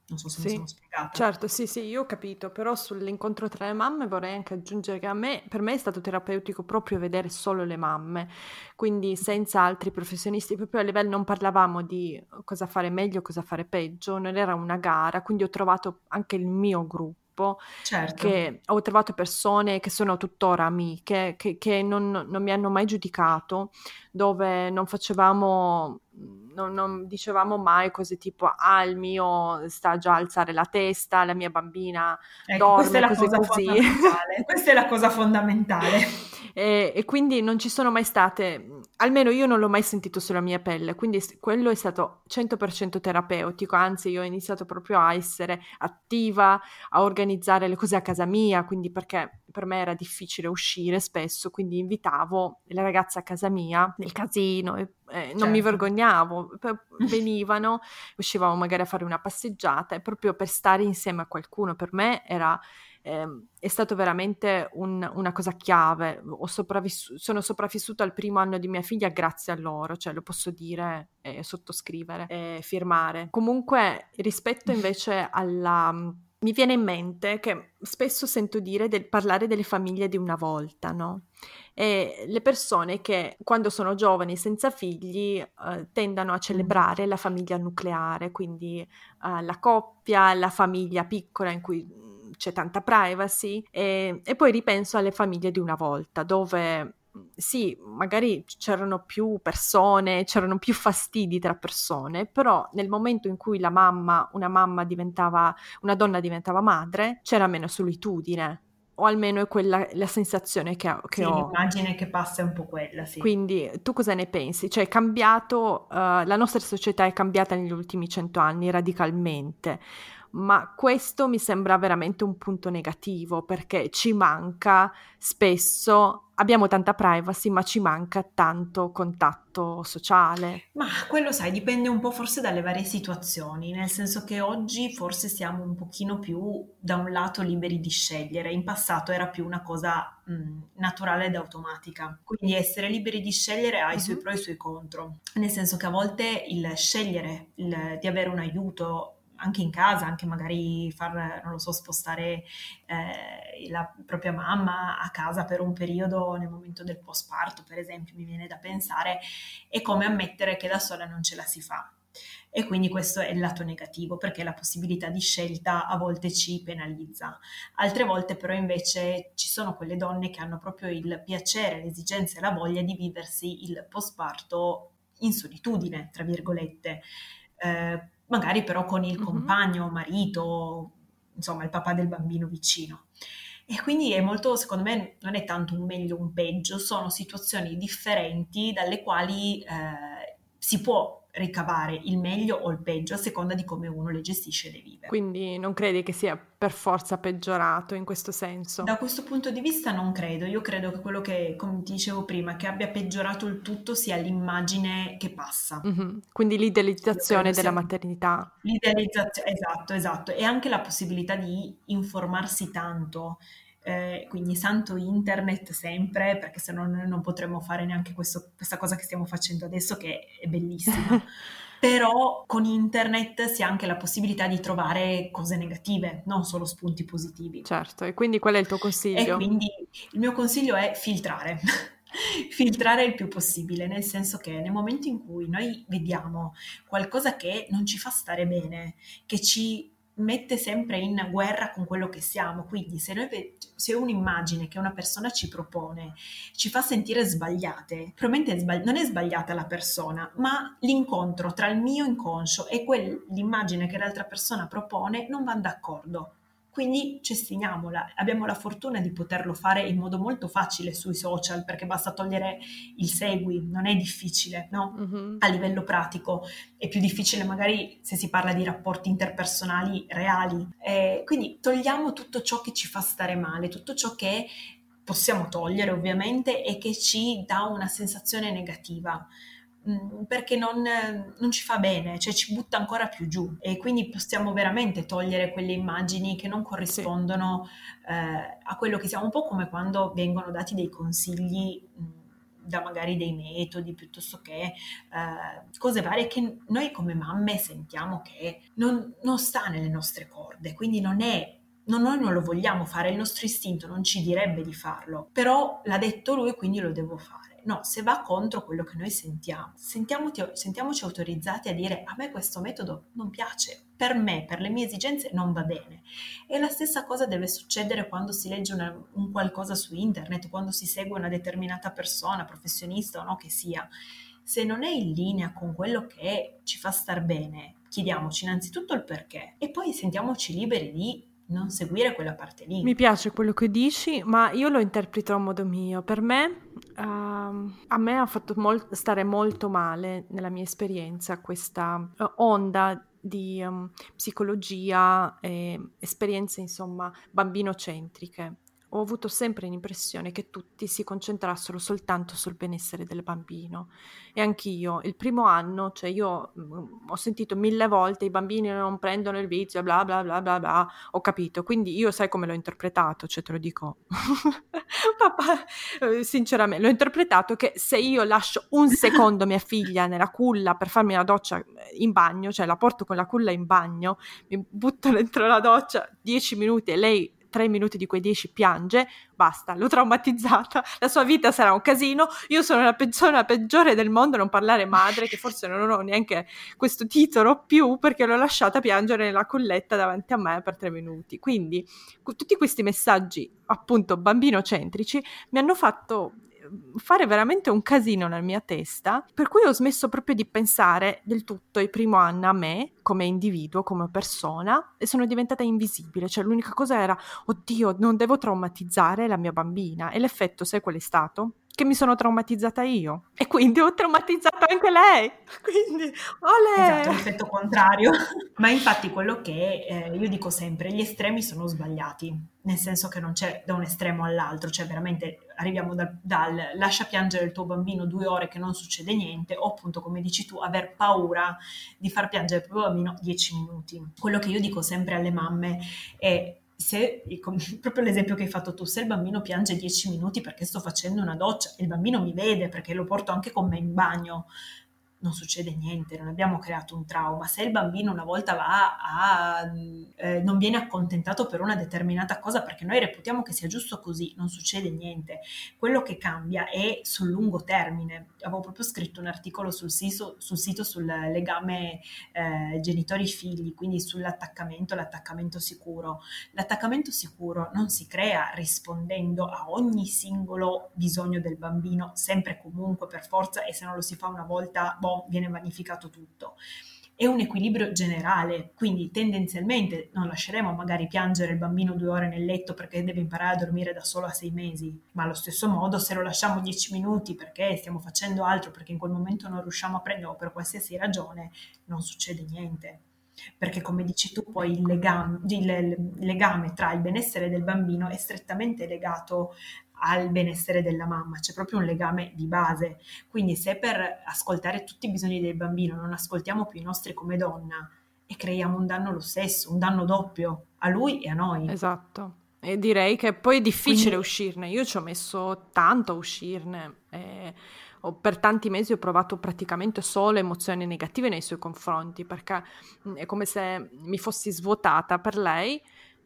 S2: Non so se mi
S1: Sì,
S2: sono spiegata.
S1: certo, sì, sì, io ho capito, però sull'incontro tra le mamme vorrei anche aggiungere che per me è stato terapeutico proprio vedere solo le mamme, quindi senza altri professionisti, proprio a livello non parlavamo di cosa fare meglio, cosa fare peggio, non era una gara, quindi ho trovato anche il mio gruppo,
S2: Certo.
S1: che ho trovato persone che sono tuttora amiche, che non mi hanno mai giudicato, dove non facevamo, non dicevamo mai cose tipo, ah, il mio sta già a alzare la testa, la mia bambina
S2: Ecco, questa è
S1: dorme,
S2: la
S1: così
S2: cosa
S1: così.
S2: fondamentale. Questa è la cosa fondamentale.
S1: E quindi non ci sono mai state, almeno io non l'ho mai sentito sulla mia pelle, quindi quello è stato 100% terapeutico, anzi io ho iniziato proprio a essere attiva, a organizzare le cose a casa mia, quindi perché per me era difficile uscire spesso, quindi invitavo le ragazze a casa mia nel casino e non mi
S2: Certo.
S1: vergognavo, venivano, uscivamo magari a fare una passeggiata e proprio per stare insieme a qualcuno per me è stato veramente una cosa chiave. Sono sopravvissuta al primo anno di mia figlia grazie a loro, cioè lo posso dire, sottoscrivere e firmare. Comunque, rispetto invece alla... Mi viene in mente che spesso sento dire parlare delle famiglie di una volta, no? E le persone che quando sono giovani senza figli tendono a
S2: Mm.
S1: celebrare la famiglia nucleare, quindi la coppia, la famiglia piccola in cui c'è tanta privacy e poi ripenso alle famiglie di una volta dove sì, magari c'erano più persone, c'erano più fastidi tra persone, però nel momento in cui una donna diventava madre, c'era meno solitudine, o almeno è quella la sensazione che
S2: Sì,
S1: ho.
S2: l'immagine che passa è un po' quella, sì.
S1: Quindi tu cosa ne pensi? Cioè è cambiato, la nostra società è cambiata negli ultimi 100 anni radicalmente, ma questo mi sembra veramente un punto negativo perché ci manca spesso, abbiamo tanta privacy, ma ci manca tanto contatto sociale.
S2: Ma quello sai, dipende un po' forse dalle varie situazioni, nel senso che oggi forse siamo un pochino più da un lato liberi di scegliere, in passato era più una cosa naturale ed automatica. Quindi essere liberi di scegliere ha i suoi
S1: Mhm.
S2: pro e i suoi contro, nel senso che a volte il scegliere di avere un aiuto anche in casa, anche magari far, non lo so, spostare la propria mamma a casa per un periodo nel momento del postparto, per esempio, mi viene da pensare, è come ammettere che da sola non ce la si fa. E quindi questo è il lato negativo, perché la possibilità di scelta a volte ci penalizza. Altre volte però invece ci sono quelle donne che hanno proprio il piacere, l'esigenza e la voglia di viversi il postparto in solitudine, tra virgolette, magari però con il
S1: Mhm.
S2: compagno, marito, insomma il papà del bambino vicino. E quindi è molto, secondo me, non è tanto un meglio o un peggio, sono situazioni differenti dalle quali si può ricavare il meglio o il peggio a seconda di come uno le gestisce e le vive.
S1: Quindi non credi che sia per forza peggiorato in questo
S2: Da
S1: senso?
S2: questo punto di vista non credo, io credo che quello che, come ti dicevo prima, che abbia peggiorato il tutto sia l'immagine che passa.
S1: Mhm. Quindi
S2: Io credo
S1: l'idealizzazione della
S2: sia
S1: maternità.
S2: l'idealizzazione, esatto, esatto, e anche la possibilità di informarsi tanto, quindi santo internet sempre, perché se no noi non potremmo fare neanche questa cosa che stiamo facendo adesso, che è bellissima. Però con internet si ha anche la possibilità di trovare cose negative, non solo spunti positivi.
S1: Certo, e quindi qual è il tuo
S2: E
S1: consiglio?
S2: quindi il mio consiglio è filtrare, filtrare il più possibile, nel senso che nel momento in cui noi vediamo qualcosa che non ci fa stare bene, che ci mette sempre in guerra con quello che siamo, quindi se un'immagine che una persona ci propone ci fa sentire sbagliate, probabilmente non è sbagliata la persona, ma l'incontro tra il mio inconscio e l'immagine che l'altra persona propone non vanno d'accordo. Quindi cestiniamola, abbiamo la fortuna di poterlo fare in modo molto facile sui social perché basta togliere il segui, non è difficile, no?
S1: Mhm.
S2: A livello pratico è più difficile magari se si parla di rapporti interpersonali reali. Quindi togliamo tutto ciò che ci fa stare male, tutto ciò che possiamo togliere ovviamente e che ci dà una sensazione negativa. Perché non ci fa bene, cioè ci butta ancora più giù e quindi possiamo veramente togliere quelle immagini che non
S1: Sì,
S2: corrispondono a quello che siamo, un po' come quando vengono dati dei consigli da magari dei metodi piuttosto che cose varie che noi come mamme sentiamo che non sta nelle nostre corde, quindi non è noi non lo vogliamo fare, il nostro istinto non ci direbbe di farlo, però l'ha detto lui, quindi lo devo fare. No, se va contro quello che noi sentiamo, sentiamoci autorizzati a dire a me questo metodo non piace, per me, per le mie esigenze non va bene. E la stessa cosa deve succedere quando si legge un qualcosa su internet, quando si segue una determinata persona, professionista o no che sia. Se non è in linea con quello che ci fa star bene, chiediamoci innanzitutto il perché e poi sentiamoci liberi di non seguire quella parte
S1: Mi
S2: lì.
S1: piace quello che dici, ma io lo interpreto a modo mio. Per me, a me ha fatto stare molto male nella mia esperienza questa onda di psicologia e esperienze, insomma, bambinocentriche. Ho avuto sempre l'impressione che tutti si concentrassero soltanto sul benessere del bambino. E anch'io, il primo anno, cioè io ho sentito 1000 volte i bambini non prendono il vizio, bla bla bla bla bla, ho capito, quindi io sai come l'ho interpretato, cioè te lo dico, papà, sinceramente, l'ho interpretato che se io lascio un secondo mia figlia nella culla per farmi una doccia in bagno, cioè la porto con la culla in bagno, mi butto dentro la doccia 10 minuti e lei 3 minuti di quei 10 piange, basta, l'ho traumatizzata, la sua vita sarà un casino, io sono la persona peggiore del mondo, non parlare madre, che forse non ho neanche questo titolo più perché l'ho lasciata piangere nella colletta davanti a me per 3 minuti. Quindi tutti questi messaggi appunto bambinocentrici mi hanno fatto fare veramente un casino nella mia testa, per cui ho smesso proprio di pensare del tutto il primo anno a me come individuo, come persona, e sono diventata invisibile, cioè l'unica cosa era oddio, non devo traumatizzare la mia bambina, e l'effetto sai qual è stato? Che mi sono traumatizzata io e quindi ho traumatizzato anche lei, quindi
S2: Esatto,
S1: olè!
S2: l'effetto contrario. Ma infatti quello che io dico sempre, gli estremi sono sbagliati, nel senso che non c'è da un estremo all'altro, cioè veramente arriviamo dal lascia piangere il tuo bambino 2 ore che non succede niente, o appunto come dici tu, aver paura di far piangere il tuo bambino 10 minuti. Quello che io dico sempre alle mamme è se, proprio l'esempio che hai fatto tu, se il bambino piange 10 minuti perché sto facendo una doccia, il bambino mi vede perché lo porto anche con me in bagno, non succede niente, non abbiamo creato un trauma. Se il bambino una volta non viene accontentato per una determinata cosa perché noi reputiamo che sia giusto così, non succede niente. Quello che cambia è sul lungo termine. Avevo proprio scritto un articolo sul sito sul legame genitori-figli, quindi l'attaccamento sicuro. L'attaccamento sicuro non si crea rispondendo a ogni singolo bisogno del bambino, sempre e comunque per forza, e se non lo si fa una volta, boh, viene vanificato tutto. È un equilibrio generale, quindi tendenzialmente non lasceremo magari piangere il bambino 2 ore nel letto perché deve imparare a dormire da solo a 6 mesi, ma allo stesso modo se lo lasciamo 10 minuti perché stiamo facendo altro, perché in quel momento non riusciamo a prenderlo per qualsiasi ragione, non succede niente. Perché come dici tu, poi il legame tra il benessere del bambino è strettamente legato al benessere della mamma, c'è proprio un legame di base. Quindi se per ascoltare tutti i bisogni del bambino non ascoltiamo più i nostri come donna e creiamo un danno lo stesso, un danno doppio a lui e a noi.
S1: Esatto. E direi che poi è difficile
S2: Quindi
S1: uscirne. Io ci ho messo tanto a uscirne. Per tanti mesi ho provato praticamente solo emozioni negative nei suoi confronti, perché è come se mi fossi svuotata per lei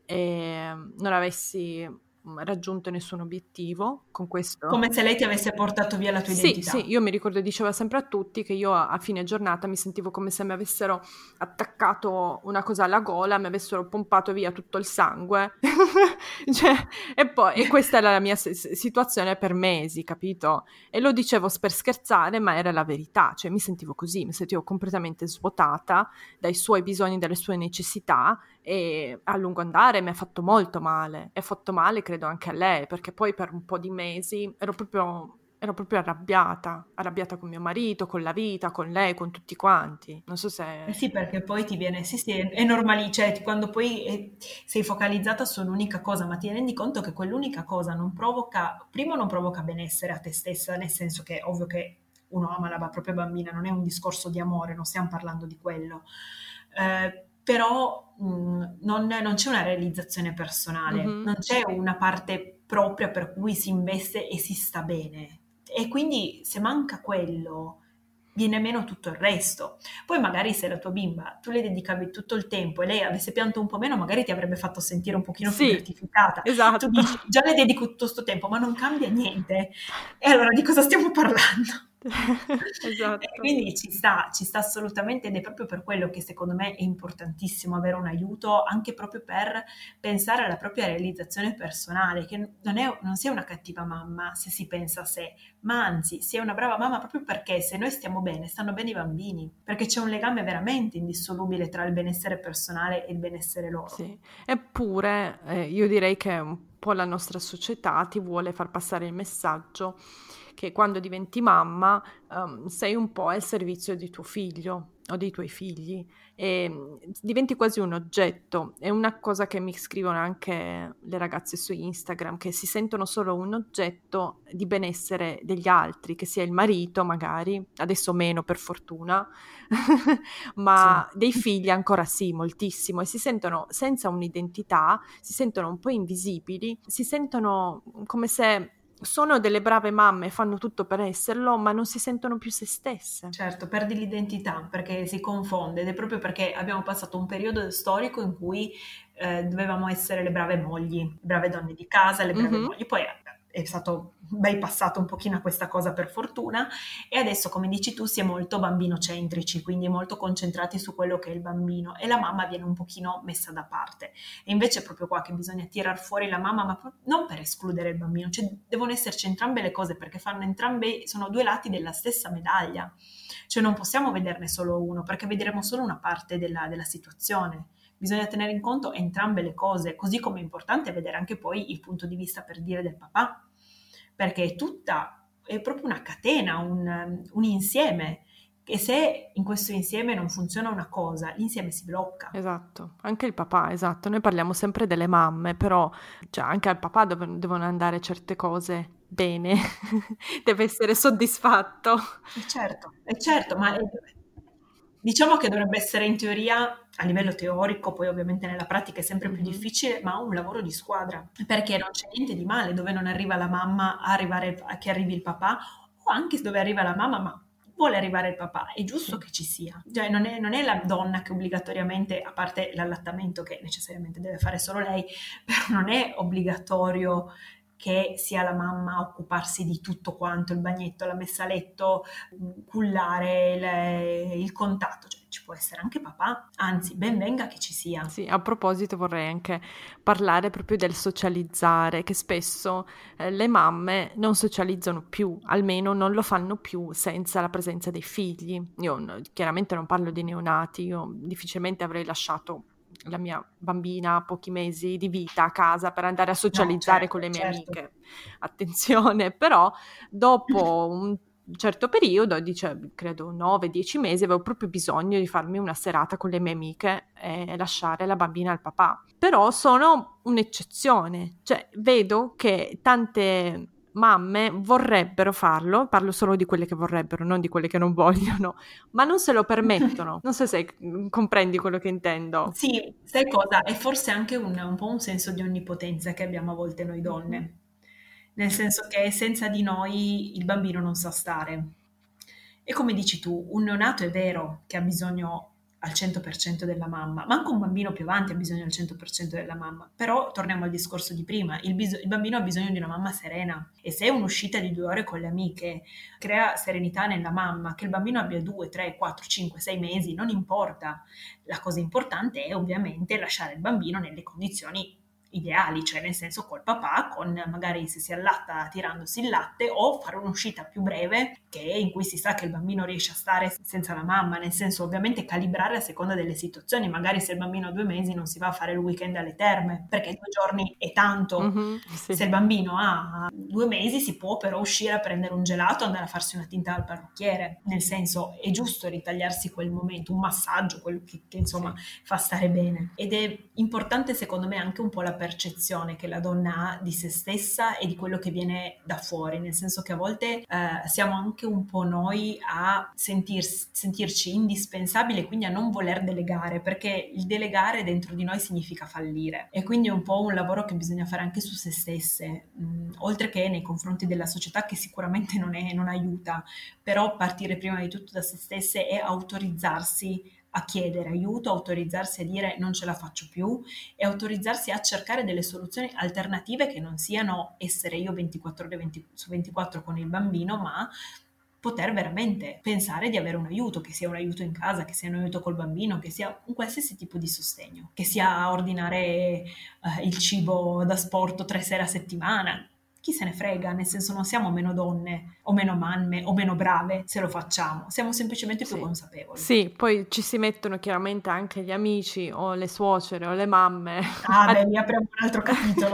S1: e non avessi raggiunto nessun obiettivo con questo.
S2: come se lei ti avesse portato via la tua
S1: Sì, sì,
S2: identità.
S1: io mi ricordo, dicevo sempre a tutti che io a fine giornata mi sentivo come se mi avessero attaccato una cosa alla gola, mi avessero pompato via tutto il sangue. Cioè, e questa era la mia situazione per mesi, capito? E lo dicevo per scherzare, ma era la verità, cioè mi sentivo così, mi sentivo completamente svuotata dai suoi bisogni, dalle sue necessità, e a lungo andare mi ha fatto molto male, e ha fatto male credo anche a lei, perché poi per un po' di mesi ero proprio arrabbiata con mio marito, con la vita, con lei, con tutti quanti. Non so
S2: Eh
S1: se...
S2: sì, perché poi ti viene, sì, sì, è normale, cioè quando poi sei focalizzata su un'unica cosa, ma ti rendi conto che quell'unica cosa non provoca, primo non provoca benessere a te stessa, nel senso che è ovvio che uno ama la propria bambina, non è un discorso di amore, non stiamo parlando di quello. Però non c'è una realizzazione personale,
S1: Mhm.
S2: non c'è una parte propria per cui si investe e si sta bene. e quindi se manca quello viene meno tutto il resto. Poi magari se la tua bimba tu le dedicavi tutto il tempo e lei avesse pianto un po' meno, magari ti avrebbe fatto sentire un pochino più
S1: Sì,
S2: gratificata. Tu
S1: esatto.
S2: dici, già le dedico tutto sto tempo, ma non cambia niente. E allora di cosa stiamo parlando? E
S1: Esatto.
S2: quindi ci sta assolutamente, ed è proprio per quello che secondo me è importantissimo avere un aiuto, anche proprio per pensare alla propria realizzazione personale, che non sia una cattiva mamma se si pensa a sé, ma anzi sia una brava mamma proprio perché se noi stiamo bene, stanno bene i bambini, perché c'è un legame veramente indissolubile tra il benessere personale e il benessere loro.
S1: Sì, eppure io direi che un po' la nostra società ti vuole far passare il messaggio che quando diventi mamma sei un po' al servizio di tuo figlio o dei tuoi figli e diventi quasi un oggetto. È una cosa che mi scrivono anche le ragazze su Instagram, che si sentono solo un oggetto di benessere degli altri, che sia il marito magari, adesso meno per fortuna,
S2: Sì.
S1: ma dei figli ancora sì, moltissimo, e si sentono senza un'identità, si sentono un po' invisibili, si sentono come se sono delle brave mamme, fanno tutto per esserlo, ma non si sentono più se stesse.
S2: Certo, perdi l'identità perché si confonde ed è proprio perché abbiamo passato un periodo storico in cui dovevamo essere le brave mogli, le brave donne di casa, le brave
S1: Mhm.
S2: mogli. Poi è stato bypassato un pochino questa cosa per fortuna e adesso, come dici tu, si è molto bambinocentrici, quindi molto concentrati su quello che è il bambino e la mamma viene un pochino messa da parte. E invece è proprio qua che bisogna tirar fuori la mamma, ma non per escludere il bambino, cioè devono esserci entrambe le cose perché fanno entrambe, sono due lati della stessa medaglia. Cioè non possiamo vederne solo uno, perché vedremo solo una parte della situazione. Bisogna tenere in conto entrambe le cose, così come è importante vedere anche poi il punto di vista per dire del papà, perché è tutta, è proprio una catena, un insieme, e se in questo insieme non funziona una cosa, l'insieme si blocca.
S1: Esatto, anche il papà, esatto. Noi parliamo sempre delle mamme, però cioè, anche al papà devono andare certe cose bene, deve essere soddisfatto.
S2: È certo, ma diciamo che dovrebbe essere in teoria, a livello teorico, poi ovviamente nella pratica è sempre più
S1: Mhm.
S2: difficile, ma un lavoro di squadra, perché non c'è niente di male dove non arriva la mamma a arrivare a che arrivi il papà, o anche dove arriva la mamma, ma vuole arrivare il papà, è giusto
S1: Sì.
S2: che ci sia. Cioè non è la donna che obbligatoriamente, a parte l'allattamento che necessariamente deve fare solo lei, però non è obbligatorio che sia la mamma a occuparsi di tutto quanto, il bagnetto, la messa a letto, cullare il contatto, cioè ci può essere anche papà, anzi ben venga che ci sia.
S1: Sì, a proposito vorrei anche parlare proprio del socializzare, che spesso le mamme non socializzano più, almeno non lo fanno più senza la presenza dei figli. Io chiaramente non parlo di neonati, io difficilmente avrei lasciato la mia bambina a pochi mesi di vita a casa per andare a
S2: No,
S1: socializzare con
S2: certo,
S1: le mie
S2: certo.
S1: amiche. Attenzione, però dopo un certo periodo, dice, credo 9-10 mesi, avevo proprio bisogno di farmi una serata con le mie amiche e lasciare la bambina al papà. Però sono un'eccezione, cioè vedo che tante mamme vorrebbero farlo, parlo solo di quelle che vorrebbero, non di quelle che non vogliono, ma non se lo permettono. Non so se comprendi quello che intendo.
S2: Sì, sai cosa? È forse anche un po' un senso di onnipotenza che abbiamo a volte noi
S1: Mhm.
S2: donne, nel senso che senza di noi il bambino non sa stare. E come dici tu, un neonato è vero che ha bisogno al 100% della mamma, ma anche un bambino più avanti ha bisogno al 100% della mamma. Però torniamo al discorso di prima, il bambino ha bisogno di una mamma serena e se un'uscita di 2 ore con le amiche crea serenità nella mamma, che il bambino abbia 2, 3, 4, 5, 6 mesi, non importa. La cosa importante è ovviamente lasciare il bambino nelle condizioni ideali, cioè nel senso col papà, con magari se si allatta tirandosi il latte o fare un'uscita più breve in cui si sa che il bambino riesce a stare senza la mamma, nel senso ovviamente calibrare a seconda delle situazioni, magari se il bambino ha 2 mesi non si va a fare il weekend alle terme, perché 2 giorni è tanto.
S1: Mhm, sì.
S2: Se il bambino ha 2 mesi si può però uscire a prendere un gelato e andare a farsi una tinta al parrucchiere, nel senso è giusto ritagliarsi quel momento, un massaggio, quello che insomma
S1: Sì.
S2: fa stare bene. Ed è importante secondo me anche un po' la percezione che la donna ha di se stessa e di quello che viene da fuori, nel senso che a volte siamo anche un po' noi a sentirci indispensabili e quindi a non voler delegare, perché il delegare dentro di noi significa fallire, e quindi è un po' un lavoro che bisogna fare anche su se stesse, oltre che nei confronti della società, che sicuramente non aiuta, però partire prima di tutto da se stesse e autorizzarsi a chiedere aiuto, autorizzarsi a dire non ce la faccio più e autorizzarsi a cercare delle soluzioni alternative che non siano essere io 24 ore su 24 con il bambino, ma poter veramente pensare di avere un aiuto, che sia un aiuto in casa, che sia un aiuto col bambino, che sia un qualsiasi tipo di sostegno, che sia ordinare il cibo da sporto 3 sere a settimana. Chi se ne frega, nel senso non siamo meno donne o meno mamme o meno brave se lo facciamo, siamo semplicemente più
S1: Sì.
S2: consapevoli.
S1: Sì, poi ci si mettono chiaramente anche gli amici o le suocere o le mamme
S2: Ah, beh, lì apriamo un altro capitolo.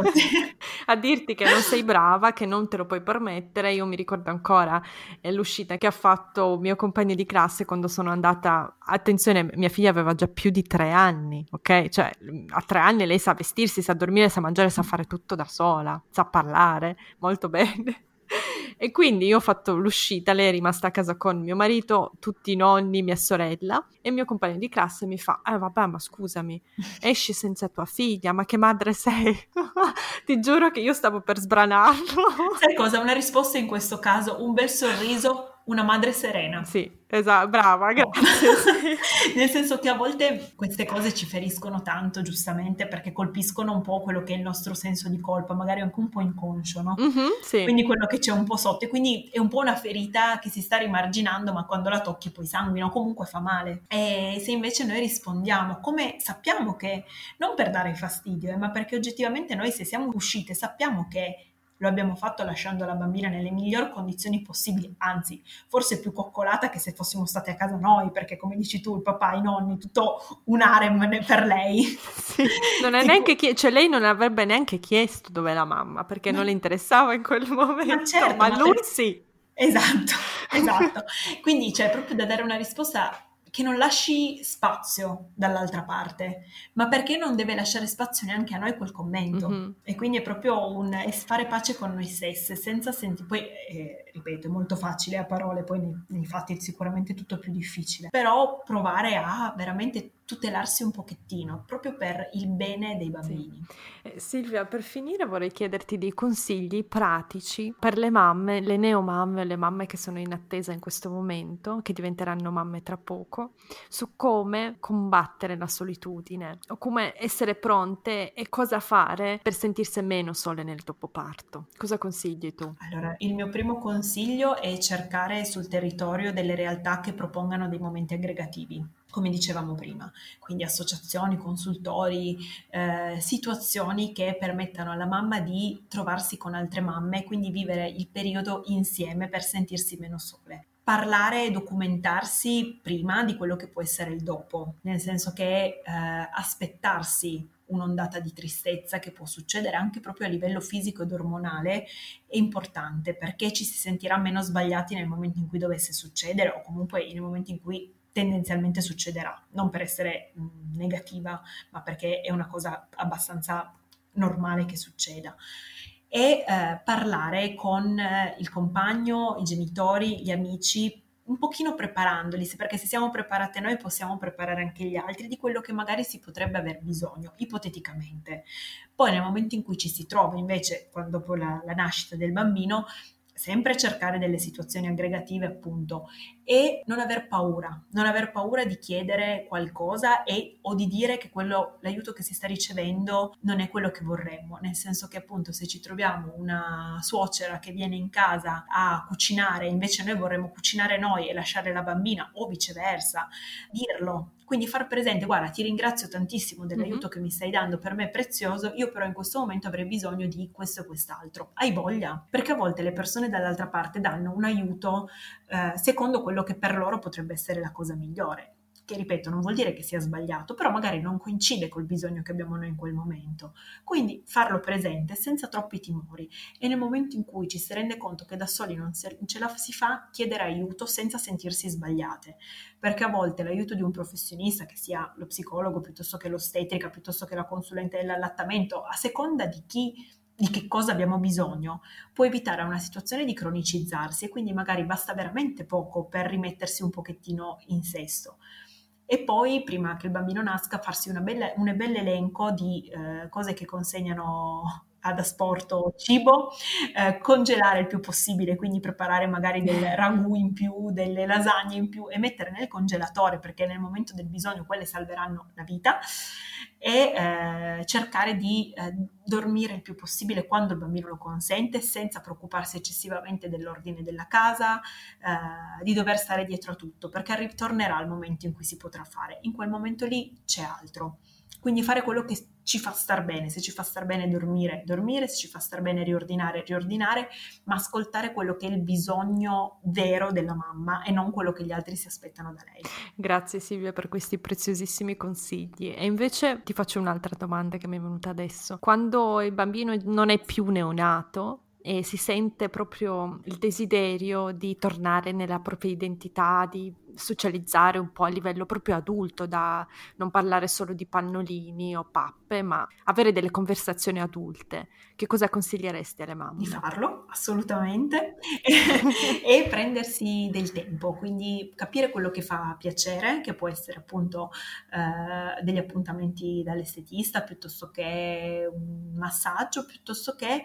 S1: a dirti che non sei brava, che non te lo puoi permettere. Io mi ricordo ancora l'uscita che ha fatto il mio compagno di classe quando sono andata. Attenzione, mia figlia aveva già più di 3 anni, ok? Cioè, a 3 anni lei sa vestirsi, sa dormire, sa mangiare, sa fare tutto da sola, sa parlare molto bene. E quindi io ho fatto l'uscita, lei è rimasta a casa con mio marito, tutti i nonni, mia sorella, e il mio compagno di classe mi fa: vabbè, ma scusami, esci senza tua figlia, ma che madre sei? Ti giuro che io stavo per sbranarlo.
S2: Sai cosa? Una risposta in questo caso, un bel sorriso, una madre serena.
S1: Sì, esatto, brava, grazie, sì.
S2: Nel senso che a volte queste cose ci feriscono tanto, giustamente, perché colpiscono un po' quello che è il nostro senso di colpa, magari anche un po' inconscio, no?
S1: Sì.
S2: Quindi quello che c'è un po' sotto, e quindi è un po' una ferita che si sta rimarginando, ma quando la tocchi poi sanguina, o comunque fa male. E se invece noi rispondiamo, come sappiamo che, non per dare fastidio, ma perché oggettivamente noi, se siamo uscite, sappiamo che lo abbiamo fatto lasciando la bambina nelle migliori condizioni possibili, anzi, forse più coccolata che se fossimo state a casa noi, perché come dici tu, il papà, i nonni, tutto un harem per lei.
S1: Sì, non è neanche cioè lei non avrebbe neanche chiesto dov'è la mamma, perché non le interessava in quel
S2: Ma
S1: momento,
S2: certo,
S1: ma
S2: ma
S1: lui sì.
S2: esatto, esatto. Quindi c'è proprio da dare una risposta che non lasci spazio dall'altra parte, ma perché non deve lasciare spazio neanche a noi quel commento.
S1: Mhm.
S2: E quindi è proprio è fare pace con noi stesse, senza sentire. Poi, ripeto, è molto facile a parole, poi nei fatti è sicuramente tutto più difficile. Però provare a veramente tutelarsi un pochettino, proprio per il bene dei
S1: Sì.
S2: bambini.
S1: Silvia, per finire vorrei chiederti dei consigli pratici per le mamme, le neomamme, le mamme che sono in attesa in questo momento, che diventeranno mamme tra poco, su come combattere la solitudine o come essere pronte e cosa fare per sentirsi meno sole nel dopoparto. Cosa consigli tu?
S2: Allora, il mio primo consiglio è cercare sul territorio delle realtà che propongano dei momenti aggregativi, come dicevamo prima, quindi associazioni, consultori, situazioni che permettano alla mamma di trovarsi con altre mamme e quindi vivere il periodo insieme per sentirsi meno sole. Parlare e documentarsi prima di quello che può essere il dopo, nel senso che aspettarsi un'ondata di tristezza che può succedere anche proprio a livello fisico ed ormonale è importante, perché ci si sentirà meno sbagliati nel momento in cui dovesse succedere, o comunque nel momento in cui tendenzialmente succederà, non per essere negativa, ma perché è una cosa abbastanza normale che succeda. E parlare con il compagno, i genitori, gli amici, un pochino preparandoli, perché se siamo preparate noi possiamo preparare anche gli altri di quello che magari si potrebbe aver bisogno, ipoteticamente. Poi nel momento in cui ci si trova invece, quando dopo la nascita del bambino, sempre cercare delle situazioni aggregative, appunto, e non aver paura di chiedere qualcosa o di dire che l'aiuto che si sta ricevendo non è quello che vorremmo, nel senso che appunto se ci troviamo una suocera che viene in casa a cucinare, invece noi vorremmo cucinare noi e lasciare la bambina, o viceversa, dirlo. Quindi far presente, guarda, ti ringrazio tantissimo dell'aiuto che mi stai dando, per me è prezioso, io però in questo momento avrei bisogno di questo e quest'altro. Hai voglia? Perché a volte le persone dall'altra parte danno un aiuto secondo quello che per loro potrebbe essere la cosa migliore. che ripeto non vuol dire che sia sbagliato, però magari non coincide col bisogno che abbiamo noi in quel momento. Quindi farlo presente senza troppi timori, e nel momento in cui ci si rende conto che da soli non ce la si fa, chiedere aiuto senza sentirsi sbagliate, perché a volte l'aiuto di un professionista, che sia lo psicologo piuttosto che l'ostetrica, piuttosto che la consulente dell'allattamento, a seconda di che cosa abbiamo bisogno, può evitare una situazione di cronicizzarsi, e quindi magari basta veramente poco per rimettersi un pochettino in sesto. E poi, prima che il bambino nasca, farsi un bel elenco di cose che consegnano ad asporto cibo, congelare il più possibile, quindi preparare magari del ragù in più, delle lasagne in più, e mettere nel congelatore, perché nel momento del bisogno quelle salveranno la vita, e cercare di dormire il più possibile quando il bambino lo consente, senza preoccuparsi eccessivamente dell'ordine della casa, di dover stare dietro a tutto, perché ritornerà il momento in cui si potrà fare. In quel momento lì c'è altro. Quindi fare quello che ci fa star bene. Se ci fa star bene dormire, dormire, se ci fa star bene riordinare, riordinare, ma ascoltare quello che è il bisogno vero della mamma e non quello che gli altri si aspettano da lei.
S1: Grazie Silvia per questi preziosissimi consigli. E invece ti faccio un'altra domanda che mi è venuta adesso. Quando il bambino non è più neonato e si sente proprio il desiderio di tornare nella propria identità, di socializzare un po' a livello proprio adulto, da non parlare solo di pannolini o pappe, ma avere delle conversazioni adulte, che cosa consiglieresti alle mamme?
S2: Di farlo, assolutamente, e prendersi del tempo, quindi capire quello che fa piacere, che può essere appunto degli appuntamenti dall'estetista, piuttosto che un massaggio, piuttosto che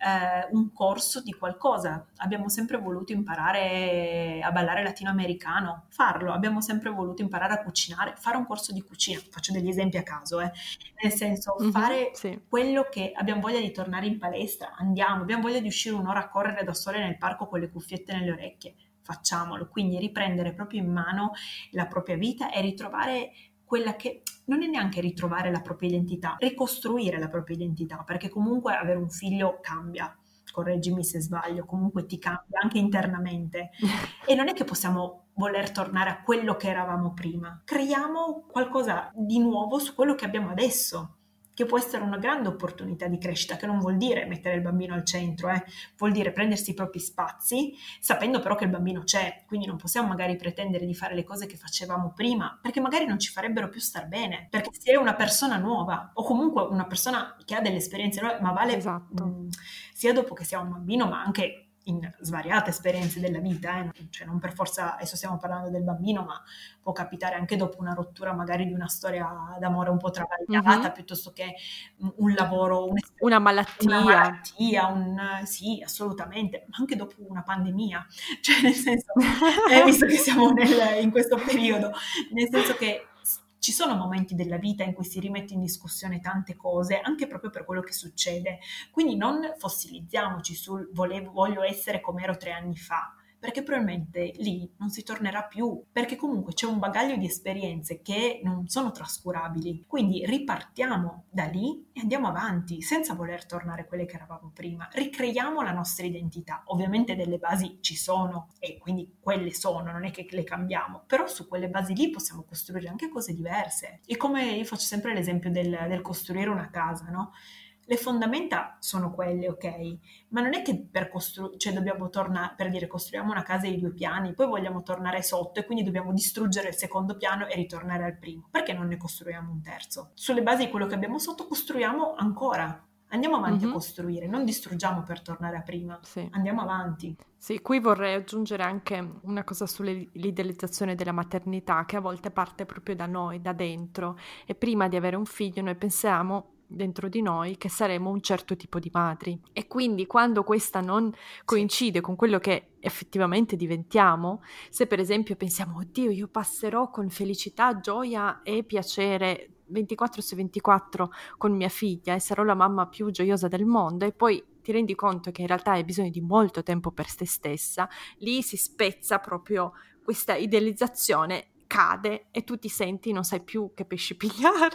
S2: un corso di qualcosa. Abbiamo sempre voluto imparare a ballare latinoamericano, farlo. Abbiamo sempre voluto imparare a cucinare, fare un corso di cucina. Faccio degli esempi a caso, nel senso, fare
S1: sì.
S2: quello che abbiamo voglia di tornare in palestra, andiamo. Abbiamo voglia di uscire un'ora a correre da sole nel parco con le cuffiette nelle orecchie, facciamolo. Quindi riprendere proprio in mano la propria vita e ritrovare quella che non è neanche ritrovare la propria identità, ricostruire la propria identità, perché comunque avere un figlio cambia. Correggimi se sbaglio, comunque ti cambia anche internamente, e non è che possiamo voler tornare a quello che eravamo prima. Creiamo qualcosa di nuovo su quello che abbiamo adesso, che può essere una grande opportunità di crescita, che non vuol dire mettere il bambino al centro, vuol dire prendersi i propri spazi, sapendo però che il bambino c'è, quindi non possiamo magari pretendere di fare le cose che facevamo prima, perché magari non ci farebbero più star bene, perché si è una persona nuova, o comunque una persona che ha delle esperienze nuove, ma vale
S1: Esatto.
S2: sia dopo che sia un bambino, ma anche in svariate esperienze della vita, cioè non per forza, adesso stiamo parlando del bambino, ma può capitare anche dopo una rottura magari di una storia d'amore un po' travagliata, piuttosto che un lavoro,
S1: Una
S2: una
S1: malattia.
S2: malattia, sì, assolutamente, ma anche dopo una pandemia, cioè nel senso, visto che siamo in questo periodo, nel senso che ci sono momenti della vita in cui si rimette in discussione tante cose, anche proprio per quello che succede. Quindi non fossilizziamoci sul voglio essere come ero 3 anni fa, perché probabilmente lì non si tornerà più, perché comunque c'è un bagaglio di esperienze che non sono trascurabili. Quindi ripartiamo da lì e andiamo avanti, senza voler tornare a quelle che eravamo prima. Ricreiamo la nostra identità. Ovviamente delle basi ci sono e quindi quelle sono, non è che le cambiamo, però su quelle basi lì possiamo costruire anche cose diverse. E come io faccio sempre l'esempio del costruire una casa, no? Le fondamenta sono quelle, ok, ma non è che cioè dobbiamo tornare, per dire costruiamo una casa di 2 piani, poi vogliamo tornare sotto e quindi dobbiamo distruggere il secondo piano e ritornare al primo. Perché non ne costruiamo un terzo? Sulle basi di quello che abbiamo sotto costruiamo ancora. Andiamo avanti a costruire, non distruggiamo per tornare a prima.
S1: Sì.
S2: Andiamo avanti.
S1: Sì, qui vorrei aggiungere anche una cosa sull'idealizzazione della maternità, che a volte parte proprio da noi, da dentro, e prima di avere un figlio noi pensiamo dentro di noi che saremo un certo tipo di madri, e quindi quando questa non coincide con quello che effettivamente diventiamo, se per esempio pensiamo oddio io passerò con felicità, gioia e piacere 24 su 24 con mia figlia e sarò la mamma più gioiosa del mondo, e poi ti rendi conto che in realtà hai bisogno di molto tempo per te stessa, lì si spezza proprio questa idealizzazione, cade e tu ti senti non sai più che pesci pigliare.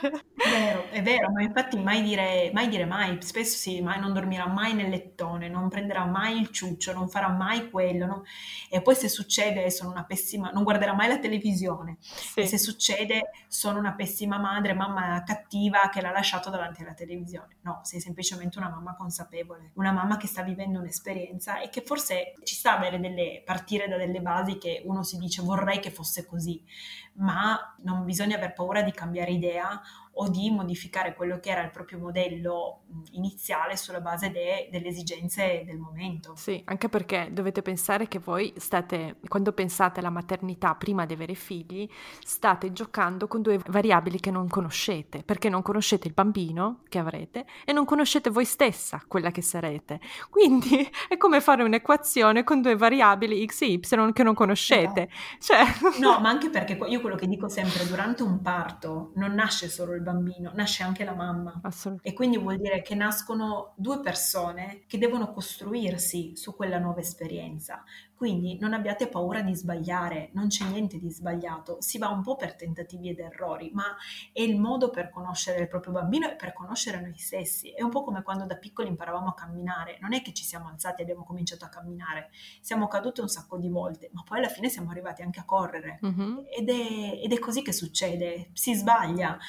S2: È vero, ma infatti mai dire mai, spesso sì, mai non dormirà mai nel lettone, non prenderà mai il ciuccio, non farà mai quello, no? E poi se succede sono una pessima, non guarderà mai la televisione e se
S1: Sì.
S2: succede sono una pessima madre, mamma cattiva che l'ha lasciato davanti alla televisione. No, sei semplicemente una mamma consapevole, una mamma che sta vivendo un'esperienza e che forse ci sta a avere partire da delle basi che uno si dice vorrei che fosse così, ma non bisogna aver paura di cambiare idea o di modificare quello che era il proprio modello iniziale sulla base delle esigenze del momento.
S1: Sì, anche perché dovete pensare che voi state, quando pensate alla maternità prima di avere figli, state giocando con due variabili che non conoscete, perché non conoscete il bambino che avrete e non conoscete voi stessa, quella che sarete. Quindi è come fare un'equazione con due variabili x e y che non conoscete.
S2: Esatto.
S1: Cioè...
S2: No, ma anche perché io quello che dico sempre, durante un parto non nasce solo il bambino, nasce anche la mamma. E
S1: Assolutamente.
S2: quindi vuol dire che nascono due persone che devono costruirsi su quella nuova esperienza. Quindi non abbiate paura di sbagliare, non c'è niente di sbagliato, si va un po' per tentativi ed errori, ma è il modo per conoscere il proprio bambino e per conoscere noi stessi. È un po' come quando da piccoli imparavamo a camminare, non è che ci siamo alzati e abbiamo cominciato a camminare, siamo cadute un sacco di volte, ma poi alla fine siamo arrivati anche a correre.
S1: Mhm.
S2: Ed è così che succede, si sbaglia,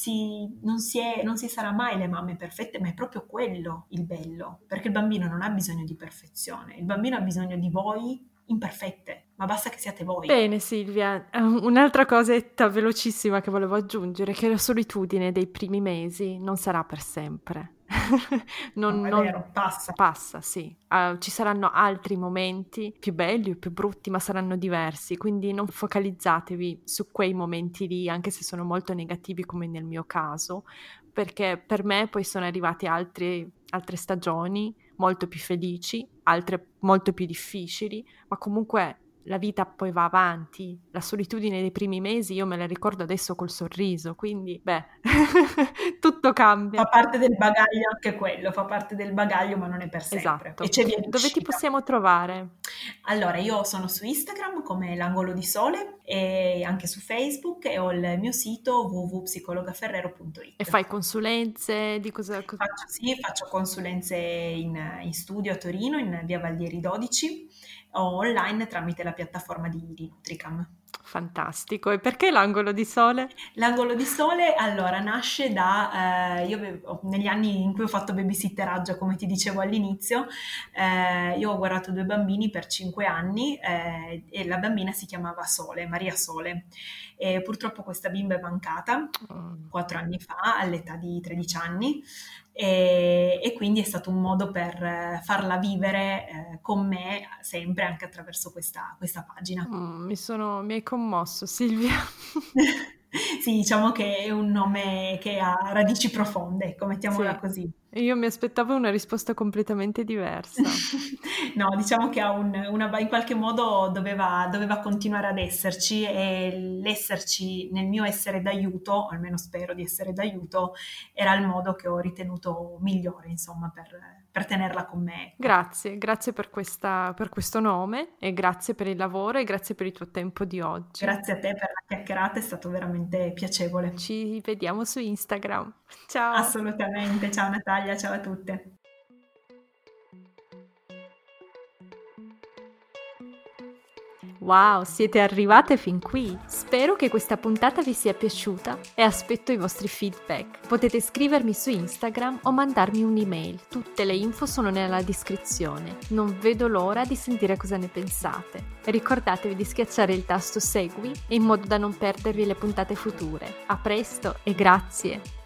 S2: non si sarà mai le mamme perfette, ma è proprio quello il bello, perché il bambino non ha bisogno di perfezione, il bambino ha bisogno di voi imperfette, ma basta che siate voi.
S1: Bene Silvia, un'altra cosetta velocissima che volevo aggiungere, che la solitudine dei primi mesi non sarà per sempre.
S2: No, è
S1: Non
S2: vero, passa.
S1: passa, sì. Ci saranno altri momenti più belli o più brutti, ma saranno diversi, quindi non focalizzatevi su quei momenti lì, anche se sono molto negativi come nel mio caso, perché per me poi sono arrivate altre stagioni molto più felici, altre molto più difficili, ma comunque la vita poi va avanti. La solitudine dei primi mesi io me la ricordo adesso col sorriso, quindi beh, tutto cambia.
S2: Fa parte del bagaglio anche quello, fa parte del bagaglio, ma non è per sempre. E
S1: Esatto.
S2: c'è via
S1: Dove ti
S2: d'uscita.
S1: possiamo trovare?
S2: Allora, io sono su Instagram come l'angolo di sole e anche su Facebook e ho il mio sito
S1: E
S2: www.psicologaferrero.it.
S1: fai consulenze di cosa...
S2: Sì, faccio consulenze in studio a Torino, in via Valdieri 12, o online tramite la piattaforma di Nutricam.
S1: Fantastico. E perché l'angolo di sole?
S2: L'angolo di sole allora nasce negli anni in cui ho fatto babysitteraggio, come ti dicevo all'inizio, io ho guardato due bambini per 5 anni e la bambina si chiamava Sole, Maria Sole. E purtroppo questa bimba è mancata
S1: Mm.
S2: 4 anni fa, all'età di 13 anni, e quindi è stato un modo per farla vivere con me sempre anche attraverso questa pagina.
S1: Mi hai commosso, Silvia.
S2: Sì, diciamo che è un nome che ha radici profonde, ecco, mettiamola
S1: Sì,
S2: così.
S1: io mi aspettavo una risposta completamente diversa.
S2: No, diciamo che in qualche modo doveva continuare ad esserci e l'esserci nel mio essere d'aiuto, o almeno spero di essere d'aiuto, era il modo che ho ritenuto migliore, insomma, per tenerla con me, ecco.
S1: Grazie, grazie per questo nome e grazie per il lavoro e grazie per il tuo tempo di oggi.
S2: Grazie a te per la chiacchierata, è stato veramente piacevole.
S1: Ci vediamo su Instagram. Ciao!
S2: Assolutamente. Ciao Natalia, ciao a tutte.
S1: Wow, siete arrivate fin qui! Spero che questa puntata vi sia piaciuta e aspetto i vostri feedback. Potete scrivermi su Instagram o mandarmi un'email. Tutte le info sono nella descrizione. Non vedo l'ora di sentire cosa ne pensate. Ricordatevi di schiacciare il tasto segui in modo da non perdervi le puntate future. A presto e grazie!